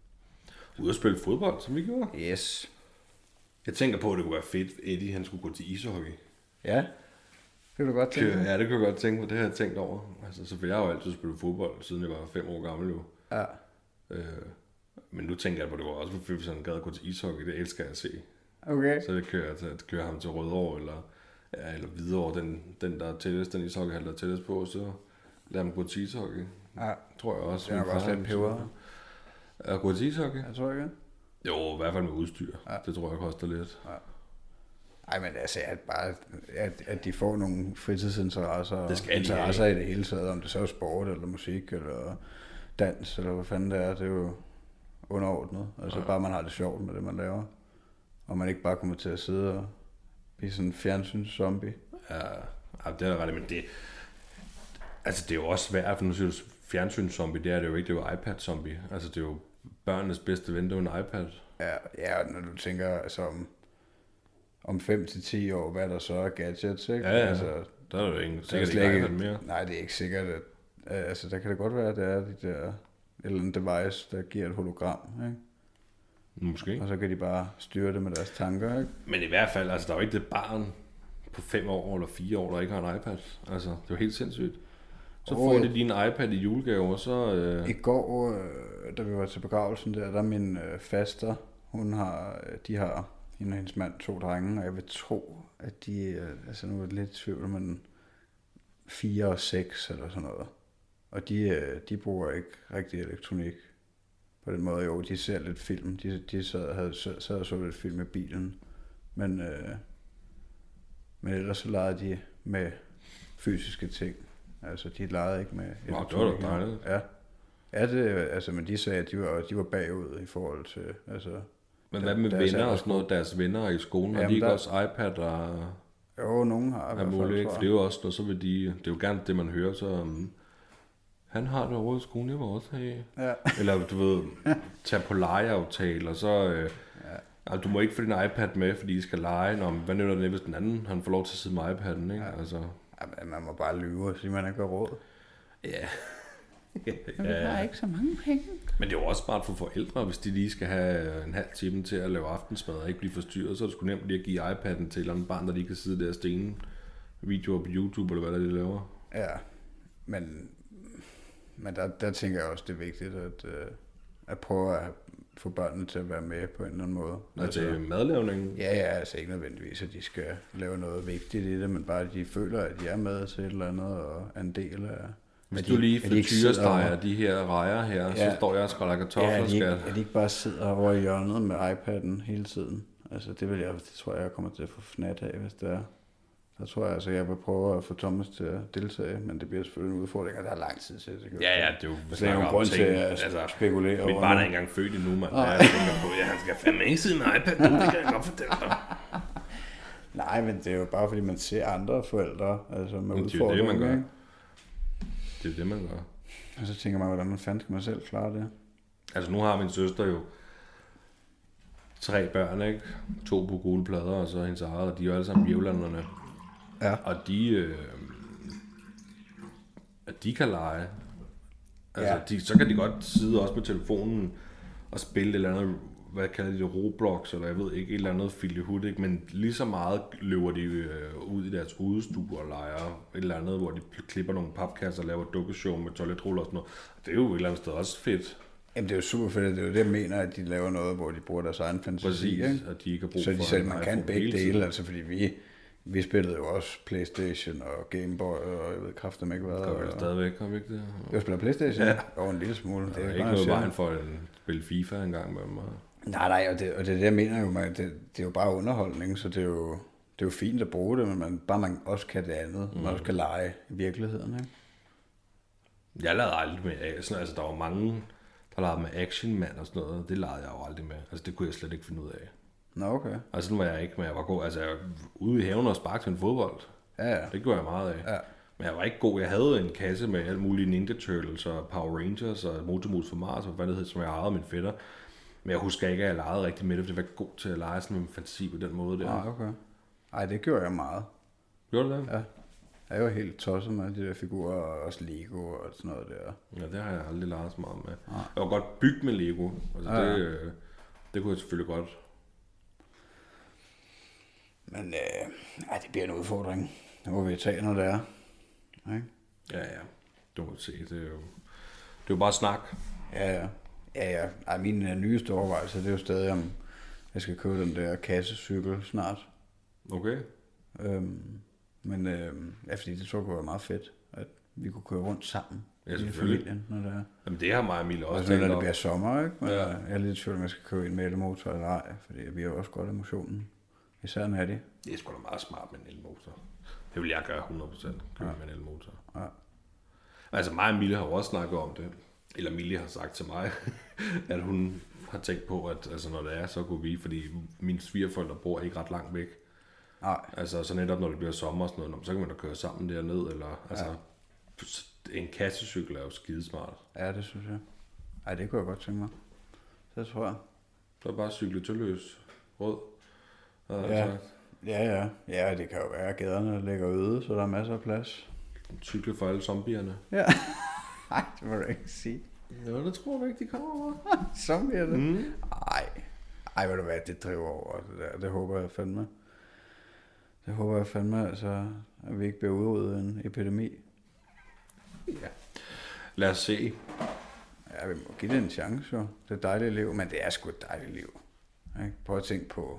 Ude at spille fodbold, som vi gjorde. Yes. Jeg tænker på, at det kunne være fedt, Eddie han skulle gå til ishockey. Ja, det kunne du godt tænke på. Ja, det kunne jeg godt tænke på. Det har jeg tænkt over. Altså, så for jeg har jo altid spillet fodbold, siden jeg var fem år gammel jo. Ja. Øh, men nu tænker jeg på, at det var også for fedt, hvis han gad at gå til ishockey. Det elsker jeg at se. Okay. Så det kører, til, at kører ham til Rødovre, eller, ja, eller Hvidovre, den, den der er tættest, den ishockeyhal, der er tættest på, så lader ham gå til ishockey. Ja. Tror jeg også. Det er nok også lidt peber. At gå til ishockey? Jeg tror ikke. Jo, i hvert fald med udstyr. Ja. Det tror jeg koster lidt. Ja. Ej, men altså, at, bare, at, at de får nogle fritidsinteresser det skal interesser i det hele taget, om det så er sport, eller musik, eller dans, eller hvad fanden det er, det er jo underordnet. Altså ja. Bare man har det sjovt med det, man laver. Og man ikke bare kommer til at sidde og blive sådan en fjernsynszombie. Ja, det er ret, men det... Altså, det er jo også svært, for nu siger du fjernsynszombie, det er det jo ikke, det er jo iPad-zombie. Altså, det er jo børnenes bedste ven, det er jo en iPad. Ja, ja, når du tænker, altså om, om fem til ti år, hvad der så er gadgets, ikke? Ja, ja. Altså, der er jo ingen, sikkert ikke iPad mere. Nej, det er ikke sikkert, at, altså, der kan det godt være, at det er de der, et eller andet device, der giver et hologram, ikke? Måske. Og så kan de bare styre det med deres tanker, ikke? Men i hvert fald, altså, der er jo ikke det barn på fem år eller fire år, der ikke har en iPad. Altså, det er jo helt sindssygt. Så får de din iPad i julegave, og så... Øh... I går, øh, da vi var til begravelsen der, der min øh, faster, hun har, de har, hende og hendes mand, to drenge, og jeg vil tro, at de, altså nu er det lidt i tvivl, men fire og seks eller sådan noget. Og de, de bruger ikke rigtig elektronik på den måde. Jo, de ser lidt film. De, de sad, havde, sad og så lidt film i bilen. Men, øh, men ellers så legede de med fysiske ting. Altså, de legede ikke med elektronik. Nå, det var da dejligt. Ja. Ja, det, altså, men de sagde, at de var, de var bagud i forhold til, altså... Men hvad med venner og sådan noget? Deres venner i skolen, har de ikke der... også iPad og... Jo, nogen har i hvert fald, ikke, for det er jo også noget, så vil de... Det er jo gerne det, man hører, så... Um, han har det over i skolen, jeg var også her. Ja. Eller du ved, tage på legeaftale, og så... Øh, ja. Altså, du må ikke få din iPad med, fordi I skal lege. Nå, hvad nytter det, hvis den anden han får lov til at sidde med iPad'en, ikke? Ja. Altså... Ja, man må bare lyve og sige, man ikke har råd. Ja. Ja. Men vi har ikke så mange penge. Men det er jo også smart for forældre, hvis de lige skal have en halv time til at lave aftensmad og ikke blive forstyrret, så er det sgu nemt lige at give iPad'en til et eller andet barn, der lige kan sidde der og stene videoer på YouTube, eller hvad der de laver. Ja, men, men der, der tænker jeg også, det er vigtigt at, at prøve at få børnene til at være med på en eller anden måde. Altså, altså madlavningen? Ja, ja, altså ikke nødvendigvis, at de skal lave noget vigtigt i det, men bare at de føler, at de er med til et eller andet og er en del af... Hvis du lige frityresteger de her rejer her, ja. Så står jeg og skræller kartofler. Ja, at de, ikke, at de ikke bare sidder over i hjørnet med iPad'en hele tiden. Altså det vil jeg, det tror jeg, jeg kommer til at få fnat af, hvis det er. Der tror jeg, altså jeg vil prøve at få Thomas til at deltage, men det bliver selvfølgelig en udfordring, og der er lang tid til det. Ja, ja, det er jo... Så der er jo grund til at altså, spekulere over. Mit barn er ikke engang født endnu, mand. Jeg tænker på, at han skal fandme ikke sidde med iPad, det kan jeg godt fortælle dig. Nej, men det er jo bare fordi, man ser andre forældre, altså med udfordringer. Det er det, man gør. Det er det, man gør. Og så tænker man, hvordan man fanden skal man selv klare det? Altså nu har min søster jo tre børn, ikke? To på gule plader, og så hendes eget, og de er jo alle sammen jævlanderne. Ja. Og de, øh, de kan lege. Altså, ja. de, så kan de godt sidde også med telefonen og spille et eller andet, hvad kalder de det, Roblox, eller jeg ved ikke, et eller andet filihut, ikke? Men lige så meget løber de øh, ud i deres udestue og leger et eller andet, hvor de klipper nogle papkasser og laver dukkeshow med toiletruller og sådan noget. Det er jo et eller andet sted også fedt. Jamen det er jo super fedt, det er jo det, jeg mener, at de laver noget, hvor de bruger deres egen fantasi. Præcis, ikke? At de ikke har brug så de for selv, man kan begge dele, altså fordi vi, vi spillede jo også PlayStation og Game Boy, og jeg ved kraften ikke hvad. Gør vi det stadigvæk, gør vi ikke det? Jeg spiller PlayStation? Ja. Og en lille smule. Det er, er ikke noget vejen for at spille FIFA en gang med mig. Nej, nej, og det, og det er det, jeg mener jo, man, det, det er jo bare underholdning, så det er jo, det er jo fint at bruge det, men man, bare man også kan det andet, mm. man også kan lege i virkeligheden, ikke? Jeg lavede aldrig med, sådan, altså der var mange, der lavede med Action Man og sådan noget, det lavede jeg jo aldrig med, altså det kunne jeg slet ikke finde ud af. Nå, okay. Altså sådan var jeg ikke, men jeg var god, altså jeg var ude i haven og sparkede til en fodbold, ja, ja. Det gjorde jeg meget af. Ja. Men jeg var ikke god. Jeg havde en kasse med alle mulige Ninja Turtles og Power Rangers og Motormus for Mars og hvad det hed, som jeg ejede min fætter. Men jeg husker ikke, at jeg legede rigtig med det, for jeg var ikke god til at lege sådan med fantasi på den måde der. Ah, okay. Ej, det gjorde jeg meget. Gjorde du det? Ja. Jeg var helt tosset med de der figurer, og også Lego og sådan noget der. Ja, det har jeg aldrig leget så meget med. Ah. Jeg var godt bygget med Lego. Altså, ah, det, øh, det kunne jeg selvfølgelig godt. Men øh, ej, det bliver en udfordring. Nu må vi tage, når det er. Okay? Ja, ja. Du må se, det er jo, det er jo bare snak. Ja, ja. Ja, ja. Ej, min uh, nyeste overvejelse, det er jo stadig, om jeg skal købe den der kassecykel snart. Okay. Øhm, men øh, ja, fordi det tror jeg kunne være meget fedt, at vi kunne køre rundt sammen. Ja, i familien, når det er. Jamen det har mig og Mille også altså, tænkt når det op. bliver sommer, ikke? Men ja. Jeg er lidt i tvivl, om jeg skal købe en med elmotor eller ej, fordi vi har jo også godt emotionen. Især når det. Det er sgu da meget smart med en elmotor. Det vil jeg gøre hundrede procent, købe ja. med en elmotor. Ja. Altså mig og Mille har også snakket om det. Eller Mille har sagt til mig, at hun har tænkt på, at altså, når det er, så går vi, fordi mine svigerforældre bor ikke ret langt væk. Nej. Altså så netop når det bliver sommer og sådan noget, så kan man da køre sammen derned, eller altså ja. En kassecykel er jo skidesmart. Ja, det synes jeg. Ej, det kunne jeg godt tænke mig. Det tror jeg. Så er bare cykle tølløs rød. Ja. ja, ja. Ja, det kan jo være, at gaderne ligger øde, så der er masser af plads. Cykle for alle zombierne. Ja. Nej, det må du ikke sige. Ja, det tror jeg ikke, de kommer. Zombierne? Mm. Ej. Ej, ved du hvad, det driver over det der. Det håber jeg fandme. Det håber jeg fandme, altså, at vi ikke bliver udryddet en epidemi. Ja. Lad os se. Ja, vi må give det en chance, jo. Det er et dejligt liv, men det er sgu et dejligt liv. Ikke? Prøv at tænke på,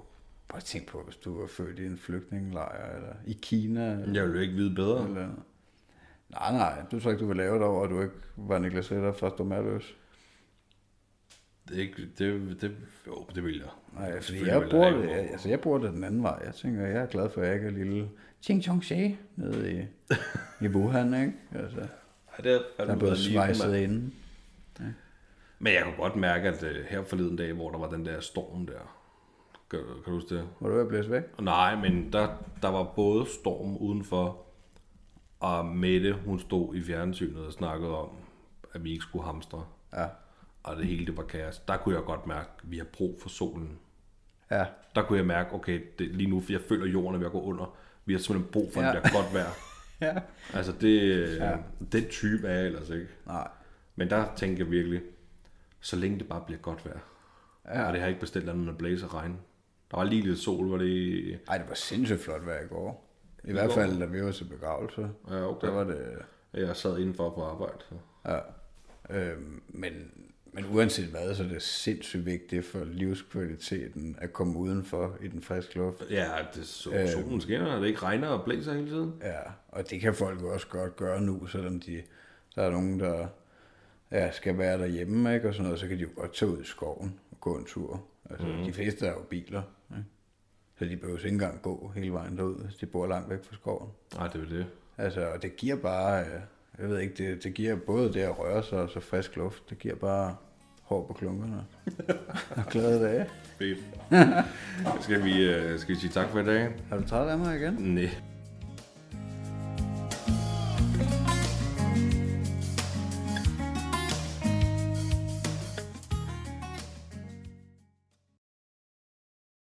Bare tænk på, hvis du var født i en flygtningelejr, eller i Kina. Eller, Jeg ville jo ikke vide bedre. Eller, nej, nej, du tror ikke, du vil lave det over, at du ikke var Niklas Ritter fra Stormærløs. Det, er ikke, det, det, jo, det vil jeg. Nej, fordi jeg bor, det, jeg, altså jeg bor det den anden vej. Jeg tænker, jeg er glad for, at jeg ikke er lille Ching Chong She nede i, i Wuhan, ikke? Altså, ja, det er, der er både svejset inde. Ja. Men jeg kunne godt mærke, at uh, her forleden dag, hvor der var den der storm der, kan, kan du huske det? Var du ved at blæse væk? Nej, men der, der var både storm udenfor, og Mette, hun stod i fjernsynet og snakkede om, at vi ikke skulle hamstre. Ja. Og det hele, det var kaos. Der kunne jeg godt mærke, at vi har brug for solen. Ja. Der kunne jeg mærke, okay, det, lige nu, for jeg føler, at jorden er ved at gå under. Vi har simpelthen brug for, at ja. det bliver godt vejr. ja. Altså, det, ja. den type er jeg ellers ikke. Nej. Men der tænker jeg virkelig, så længe det bare bliver godt vejr. Ja. Og det har ikke bestilt andet end at blæse og regne. Der var lige lidt sol, var det... Ej, det var sindssygt flot vejr i går. I, I hvert fald, da vi var til begravelse. Ja, okay. Der var det... Jeg sad indenfor på arbejde. Så. Ja. Øhm, men, men uanset hvad, så er det sindssygt vigtigt for livskvaliteten at komme udenfor i den friske luft. Ja, det så, øhm, solen skinner, og det ikke regner og blæser hele tiden. Ja, og det kan folk også godt gøre nu, selvom de, der er nogen, der ja, skal være derhjemme, ikke? Og sådan noget, så kan de jo godt tage ud i skoven og gå en tur. Altså, mm. de fleste er jo biler, ikke? Så de behøver ikke engang gå hele vejen derud, hvis de bor langt væk fra skoven. Nej, det er det. Altså, og det giver bare, jeg ved ikke, det, det giver både det at røre sig og så frisk luft, det giver bare hår på klunkerne. Og glade dage. Fedt. skal, vi, skal vi sige tak for i dag? Har du træt af mig igen? Nej.